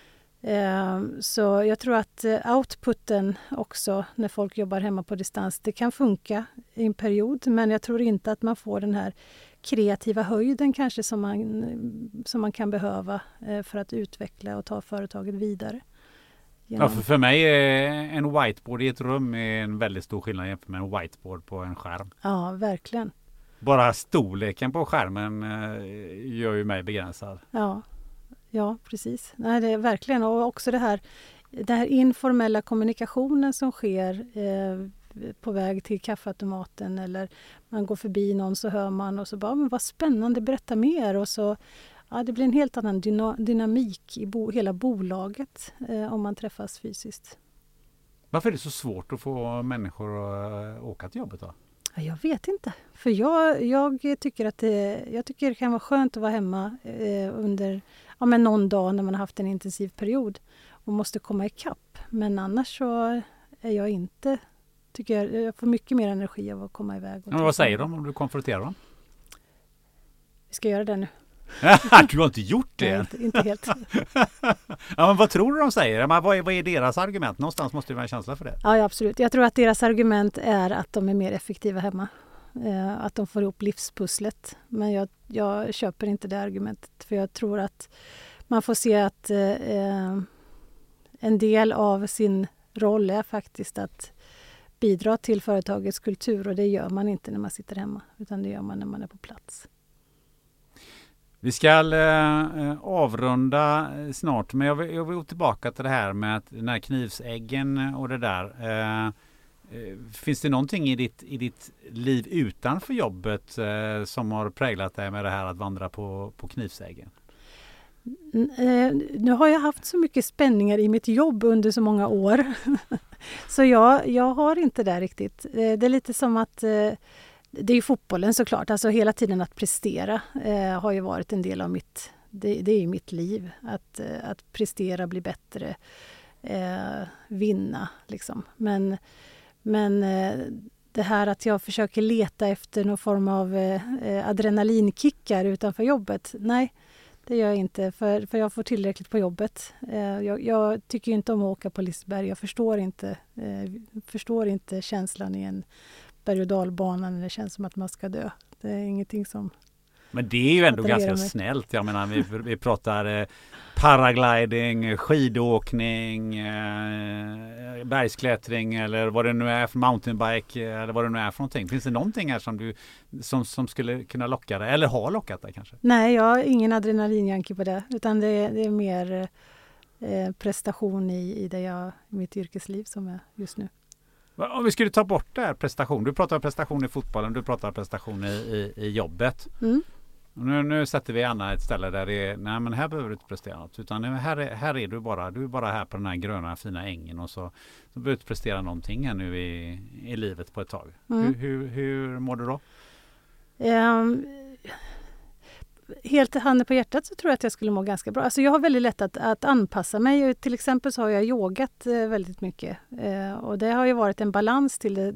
Speaker 4: Så jag tror att outputen också när folk jobbar hemma på distans, det kan funka i en period, men jag tror inte att man får den här kreativa höjden kanske som man kan behöva för att utveckla och ta företaget vidare.
Speaker 5: Ja, för mig är en whiteboard i ett rum är en väldigt stor skillnad jämfört med en whiteboard på en skärm.
Speaker 4: Ja, verkligen.
Speaker 5: Bara storleken på skärmen gör ju mig begränsad.
Speaker 4: Ja, precis. Nej, det är verkligen. Och också det här informella kommunikationen som sker på väg till kaffeautomaten eller man går förbi någon så hör man och så bara, men vad spännande, berätta mer. Och så, det blir en helt annan dynamik i hela bolaget om man träffas fysiskt.
Speaker 5: Varför är det så svårt att få människor att åka till jobbet då?
Speaker 4: Jag vet inte. För jag tycker att det kan vara skönt att vara hemma under någon dag när man har haft en intensiv period och måste komma ikapp. Men annars så är jag inte... Tycker jag får mycket mer energi av att komma iväg.
Speaker 5: Men vad säger de om du konfronterar dem?
Speaker 4: Vi ska göra det nu.
Speaker 5: Du har inte gjort det?
Speaker 4: Nej, inte helt.
Speaker 5: Ja, men vad tror du de säger? Men vad är deras argument? Någonstans måste det vara en känsla för det.
Speaker 4: Ja, absolut. Jag tror att deras argument är att de är mer effektiva hemma. Att de får ihop livspusslet. Men jag köper inte det argumentet. För jag tror att man får se att en del av sin roll är faktiskt att bidra till företagets kultur. Och det gör man inte när man sitter hemma. Utan det gör man när man är på plats.
Speaker 5: Vi ska avrunda snart, men jag vill gå tillbaka till det här med den här knivsäggen och det där. Finns det någonting i ditt liv utanför jobbet som har präglat dig med det här att vandra på knivsäggen?
Speaker 4: Nu har jag haft så mycket spänningar i mitt jobb under så många år. Så jag har inte det riktigt. Det är lite som att... Det är ju fotbollen såklart, alltså hela tiden att prestera har ju varit en del av det är ju mitt liv. Att prestera, bli bättre, vinna liksom. Men det här att jag försöker leta efter någon form av adrenalinkickar utanför jobbet, nej det gör jag inte för jag får tillräckligt på jobbet. Jag tycker inte om att åka på Liseberg, jag förstår inte känslan i en berg- och dalbanan när det känns som att man ska dö. Det är ingenting som... Men
Speaker 5: det är ju ändå ganska snällt. Jag menar, vi pratar paragliding, skidåkning, bergsklättring eller vad det nu är för mountainbike eller vad det nu är för någonting. Finns det någonting här som skulle kunna locka dig eller har lockat dig kanske? Nej, jag har ingen adrenalinjanke på det. Utan det är mer prestation i mitt yrkesliv som är just nu. Om vi skulle ta bort det här prestation. Du pratar prestation i fotbollen, du pratar prestation i jobbet. Nu sätter vi Anna ett ställe där det är, nej men här behöver du inte prestera något, utan här är du är bara här på den här gröna fina ängen, och så behöver du inte prestera någonting här nu i livet på ett tag. Hur mår du då?
Speaker 4: Helt handen på hjärtat så tror jag att jag skulle må ganska bra. Alltså jag har väldigt lätt att anpassa mig. Till exempel så har jag yogat väldigt mycket. Och det har ju varit en balans till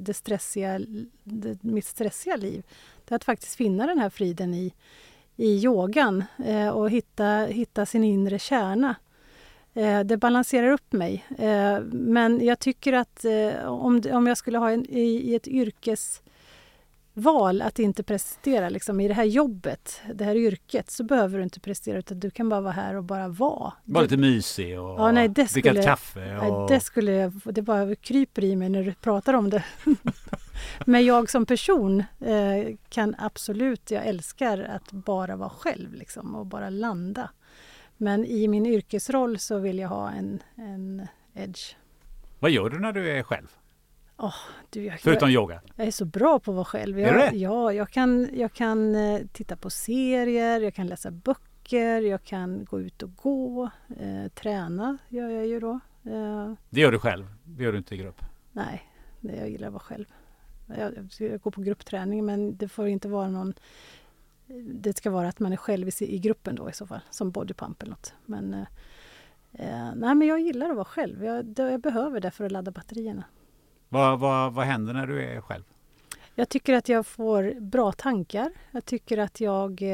Speaker 4: mitt stressiga liv. Det är att faktiskt finna den här friden i yogan och hitta sin inre kärna. Det balanserar upp mig. Men jag tycker att om jag skulle ha i ett yrkesval att inte prestera liksom, i det här jobbet, det här yrket, så behöver du inte prestera, utan du kan bara vara här och bara vara.
Speaker 5: Bara lite mysig och dricka ett kaffe.
Speaker 4: Det bara kryper i mig när du pratar om det. Men jag som person kan absolut, jag älskar att bara vara själv liksom, och bara landa. Men i min yrkesroll så vill jag ha en edge.
Speaker 5: Vad gör du när du är själv?
Speaker 4: Förutom
Speaker 5: yoga?
Speaker 4: Jag är så bra på att vara själv. Ja, jag kan titta på serier, jag kan läsa böcker, jag kan gå ut och gå, träna gör jag ju då.
Speaker 5: Det gör du själv? Det gör du inte i grupp?
Speaker 4: Nej, jag gillar att vara själv. Jag går på gruppträning, men det får inte vara någon... Det ska vara att man är själv i gruppen då i så fall, som bodypump eller något. Men, nej, men jag gillar att vara själv. Jag behöver det för att ladda batterierna.
Speaker 5: Vad händer när du är själv?
Speaker 4: Jag tycker att jag får bra tankar. Jag tycker att jag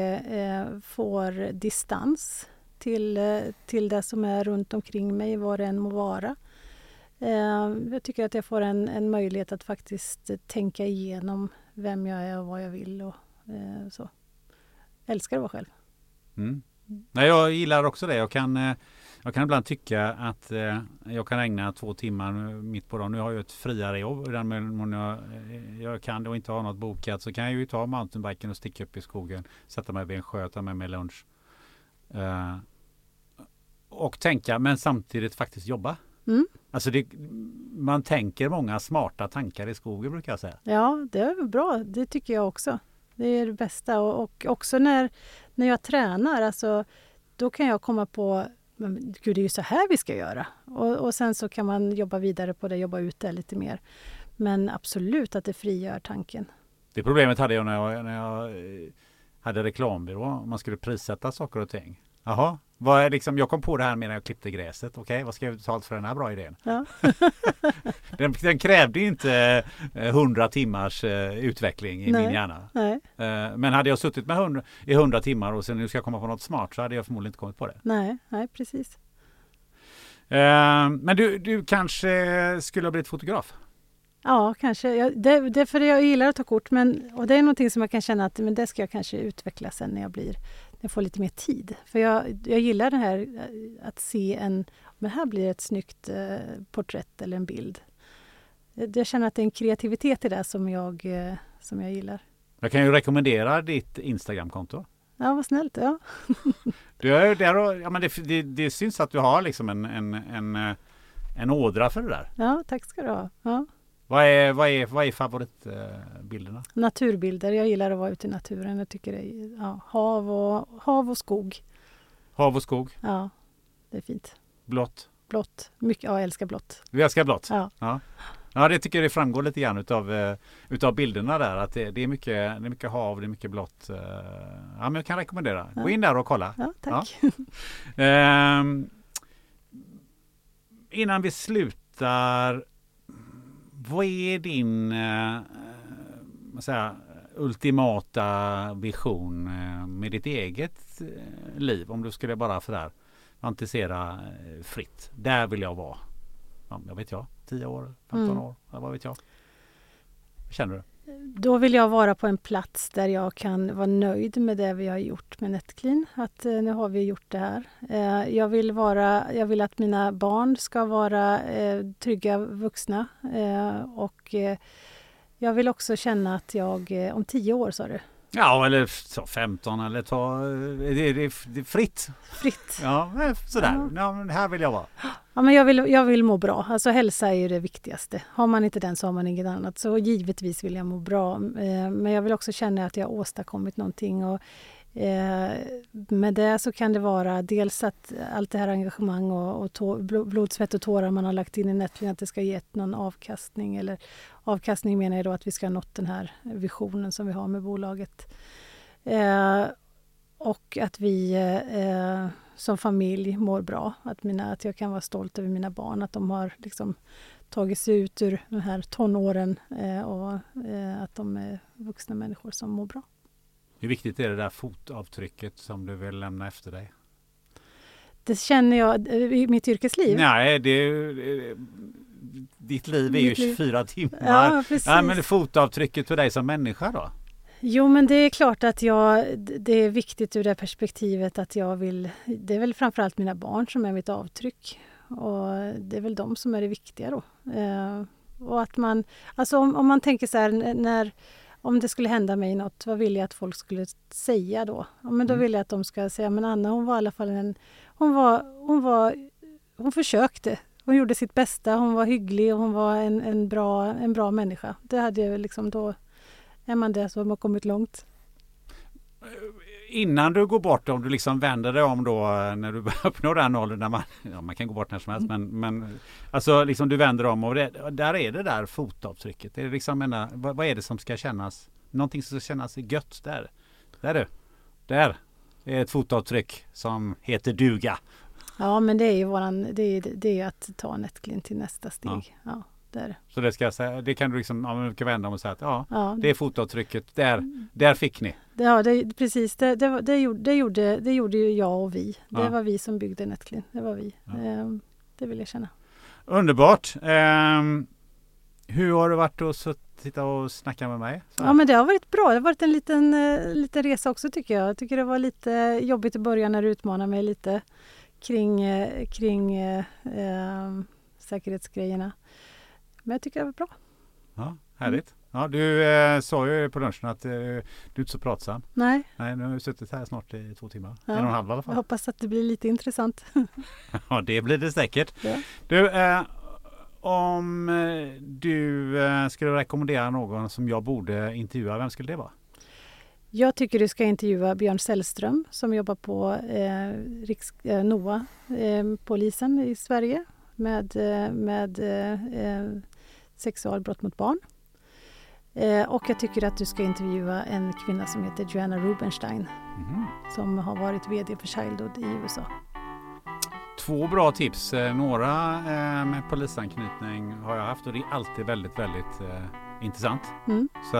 Speaker 4: får distans till det som är runt omkring mig, vad det än må vara. Jag tycker att jag får en möjlighet att faktiskt tänka igenom vem jag är och vad jag vill. Och så. Jag älskar att vara själv.
Speaker 5: Nej, jag gillar också det. Jag kan ibland tycka att jag kan ägna 2 timmar mitt på dagen. Nu har jag ett friare jobb. Jag kan då inte ha något bokat, så kan jag ju ta mountainbiken och sticka upp i skogen, sätta mig vid en sjö, ta med mig lunch och tänka, men samtidigt faktiskt jobba. Alltså man tänker många smarta tankar i skogen, brukar jag säga. Ja,
Speaker 4: det är bra. Det tycker jag också. Det är det bästa. Och också när jag tränar, alltså, då kan jag komma på, men gud, det är ju så här vi ska göra. Och sen så kan man jobba vidare på det, jobba ut det lite mer. Men absolut att det frigör tanken. Det
Speaker 5: problemet hade jag när jag hade reklambyrå. Man skulle prissätta saker och ting. Jaha, jag kom på det här medan jag klippte gräset. Okej, vad ska jag betala för den här bra idén? Ja. den krävde inte 100 timmars utveckling i min hjärna.
Speaker 4: Nej.
Speaker 5: Men hade jag suttit med i 100 timmar och sen nu ska jag komma på något smart, så hade jag förmodligen inte kommit på det.
Speaker 4: Nej, precis.
Speaker 5: Men du kanske skulle ha blivit fotograf?
Speaker 4: Ja, kanske. Det är för jag gillar att ta kort, och det är någonting som jag kan känna att det ska jag kanske utveckla sen när jag får lite mer tid. För jag gillar det här att se men här blir ett snyggt porträtt eller en bild. Jag känner att det är en kreativitet i det som jag gillar. Jag kan ju rekommendera ditt Instagram-konto. Ja, vad snällt. Ja. Det syns att du har liksom en ådra för det där. Ja, tack ska du ha. Ja. Vad är favoritbilderna? Naturbilder. Jag gillar att vara ute i naturen. Jag tycker det är hav och skog. Hav och skog? Ja, det är fint. Blått? Blått. Mycket, jag älskar blått. Du älskar blått? Ja. Ja, det tycker jag framgår lite grann utav bilderna där. Att det är mycket hav, det är mycket blått. Ja, men jag kan rekommendera. Ja. Gå in där och kolla. Ja, tack. Ja. Innan vi slutar, vad är din ultimata vision med ditt eget liv? Om du skulle bara fantisera fritt. Där vill jag vara. Jag vet 10 år, 15 år, vad vet jag. Vad känner du? Då vill jag vara på en plats där jag kan vara nöjd med det vi har gjort med Netclean. Att nu har vi gjort det här. Jag vill att mina barn ska vara trygga vuxna. Och jag vill också känna att jag om 10 år, sa du? Ja, eller så 15 eller det är fritt. Fritt. Ja, sådär. Ja, här vill jag vara. Ja, men jag vill må bra. Alltså hälsa är ju det viktigaste. Har man inte den så har man inget annat. Så givetvis vill jag må bra. Men jag vill också känna att jag har åstadkommit någonting. Och Med det så kan det vara dels att allt det här engagemang och blod, svett och tårar man har lagt in i Netlin, att det ska ge någon avkastning. Eller avkastning menar jag då att vi ska ha nått den här visionen som vi har med bolaget. Och att vi som familj mår bra. Att jag kan vara stolt över mina barn. Att de har liksom tagit sig ut ur de här tonåren och att de är vuxna människor som mår bra.
Speaker 5: Hur viktigt är det där fotavtrycket som du vill lämna efter dig?
Speaker 4: Det känner jag i mitt yrkesliv.
Speaker 5: Nej, ditt liv är ju 24 timmar.
Speaker 4: Ja, precis.
Speaker 5: Ja, men fotavtrycket för dig som människa då?
Speaker 4: Jo, men det är klart att det är viktigt ur det perspektivet att jag vill... Det är väl framförallt mina barn som är mitt avtryck. Och det är väl de som är det viktiga då. Och att man... Alltså om man tänker så här, om det skulle hända mig något, vad vill jag att folk skulle säga då? Ja, men då vill jag att de ska säga, men Anna, hon var i alla fall hon försökte. Hon gjorde sitt bästa, hon var hygglig och hon var en bra människa. Det hade jag liksom, då är man det så har man kommit långt.
Speaker 5: Innan du går bort, om du liksom vänder dig om då när du uppnår den åldern när man kan gå bort när som helst, men alltså liksom du vänder om och där är det där fotavtrycket. Det är liksom vad är det som ska kännas? Någonting som ska kännas gött där. Där är ett fotavtryck som heter duga. Ja,
Speaker 4: men det är ju det är att ta Netlin till nästa steg. Ja, där.
Speaker 5: Så det ska jag säga, det kan du liksom du kan vända om och säga att det är fotavtrycket där fick ni.
Speaker 4: Ja, precis. Det gjorde ju jag och vi. Det var vi som byggde Netlin. Det var vi. Ja. Det vill jag känna.
Speaker 5: Underbart. Hur har det varit att sitta och snacka med mig?
Speaker 4: Ja, men det har varit bra. Det har varit en liten resa också tycker jag. Jag tycker det var lite jobbigt i början när du utmanade mig lite kring säkerhetsgrejerna. Men jag tycker det var bra.
Speaker 5: Ja, härligt. Ja, du sa ju på lunchen att du är inte så pratsam.
Speaker 4: Nej,
Speaker 5: nu har vi suttit här snart i 2 timmar. 1,5 i alla fall.
Speaker 4: Jag hoppas att det blir lite intressant.
Speaker 5: Ja, det blir det säkert. Ja. Du, om du skulle rekommendera någon som jag borde intervjua, vem skulle det vara?
Speaker 4: Jag tycker du ska intervjua Björn Sällström som jobbar på NOA, polisen i Sverige med sexualbrott mot barn. Och jag tycker att du ska intervjua en kvinna som heter Joanna Rubenstein som har varit vd för Childhood i USA.
Speaker 5: 2 bra tips. Några med polisanknytning har jag haft och det är alltid väldigt, väldigt intressant. Så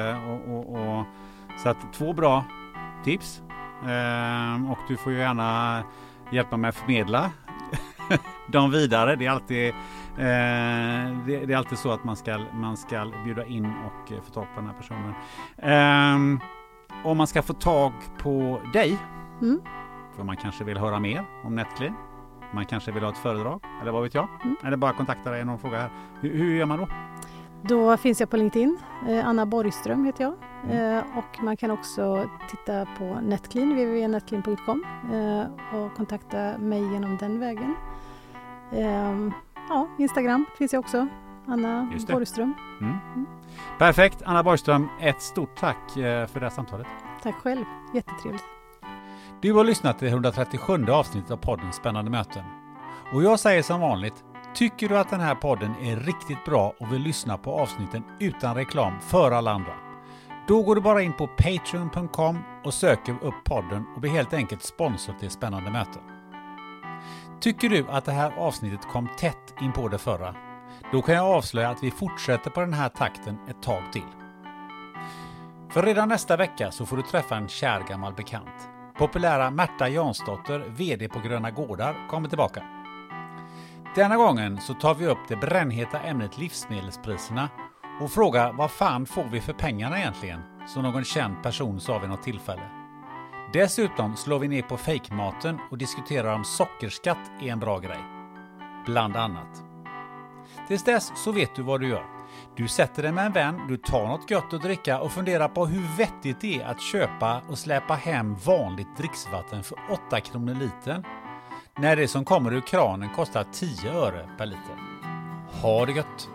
Speaker 5: att 2 bra tips. Och du får ju gärna hjälpa mig att förmedla dem vidare. Det är alltid så att man ska bjuda in och få tag på den här personen. Om man ska få tag på dig, för man kanske vill höra mer om Netlin, man kanske vill ha ett föredrag, eller vad vet jag, eller bara kontakta dig någon fråga här. Hur gör man då?
Speaker 4: Då finns jag på LinkedIn, Anna Borgström heter jag. Och man kan också titta på Netlin, www.netlin.com och kontakta mig genom den vägen. Instagram finns jag också, Anna Borgström.
Speaker 5: Perfekt, Anna Borgström, ett stort tack för det här samtalet.
Speaker 4: Tack själv, jättetrevligt.
Speaker 5: Du har lyssnat till 137 avsnittet av podden Spännande möten. Och jag säger som vanligt, tycker du att den här podden är riktigt bra och vill lyssna på avsnitten utan reklam för alla andra? Då går du bara in på patreon.com och söker upp podden och blir helt enkelt sponsor till Spännande möten. Tycker du att det här avsnittet kom tätt in på det förra? Då kan jag avslöja att vi fortsätter på den här takten ett tag till. För redan nästa vecka så får du träffa en kär gammal bekant. Populära Märta Jansdotter, vd på Gröna Gårdar, kommer tillbaka. Denna gången så tar vi upp det brännheta ämnet livsmedelspriserna och frågar vad fan får vi för pengarna egentligen, som någon känd person sa vid något tillfälle. Dessutom slår vi ner på fejkmaten och diskuterar om sockerskatt är en bra grej. Bland annat. Tills dess så vet du vad du gör. Du sätter dig med en vän, du tar något gött att dricka och funderar på hur vettigt det är att köpa och släpa hem vanligt dricksvatten för 8 kronor litern. När det som kommer ur kranen kostar 10 öre per liter. Ha det gött!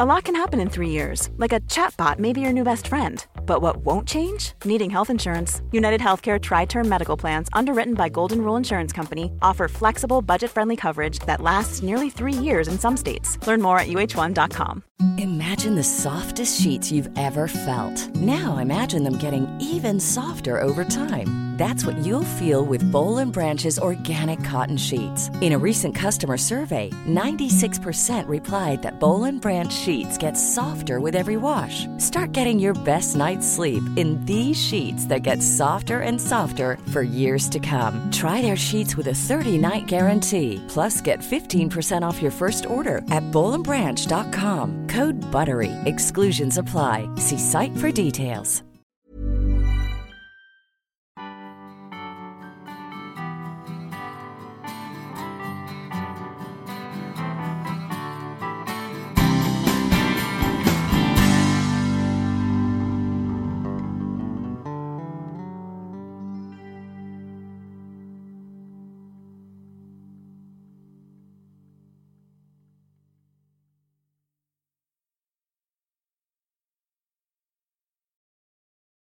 Speaker 2: A lot can happen in 3 years, like a chatbot may be your new best friend. But what won't change? Needing health insurance. United Healthcare Tri-Term Medical Plans, underwritten by Golden Rule Insurance Company, offer flexible, budget-friendly coverage that lasts nearly 3 years in some states. Learn more at uh1.com.
Speaker 6: Imagine the softest sheets you've ever felt. Now imagine them getting even softer over time. That's what you'll feel with Boll & Branch's organic cotton sheets. In a recent customer survey, 96% replied that Boll & Branch sheets get softer with every wash. Start getting your best night's sleep in these sheets that get softer and softer for years to come. Try their sheets with a 30-night guarantee. Plus, get 15% off your first order at bollandbranch.com. Code BUTTERY. Exclusions apply. See site for details.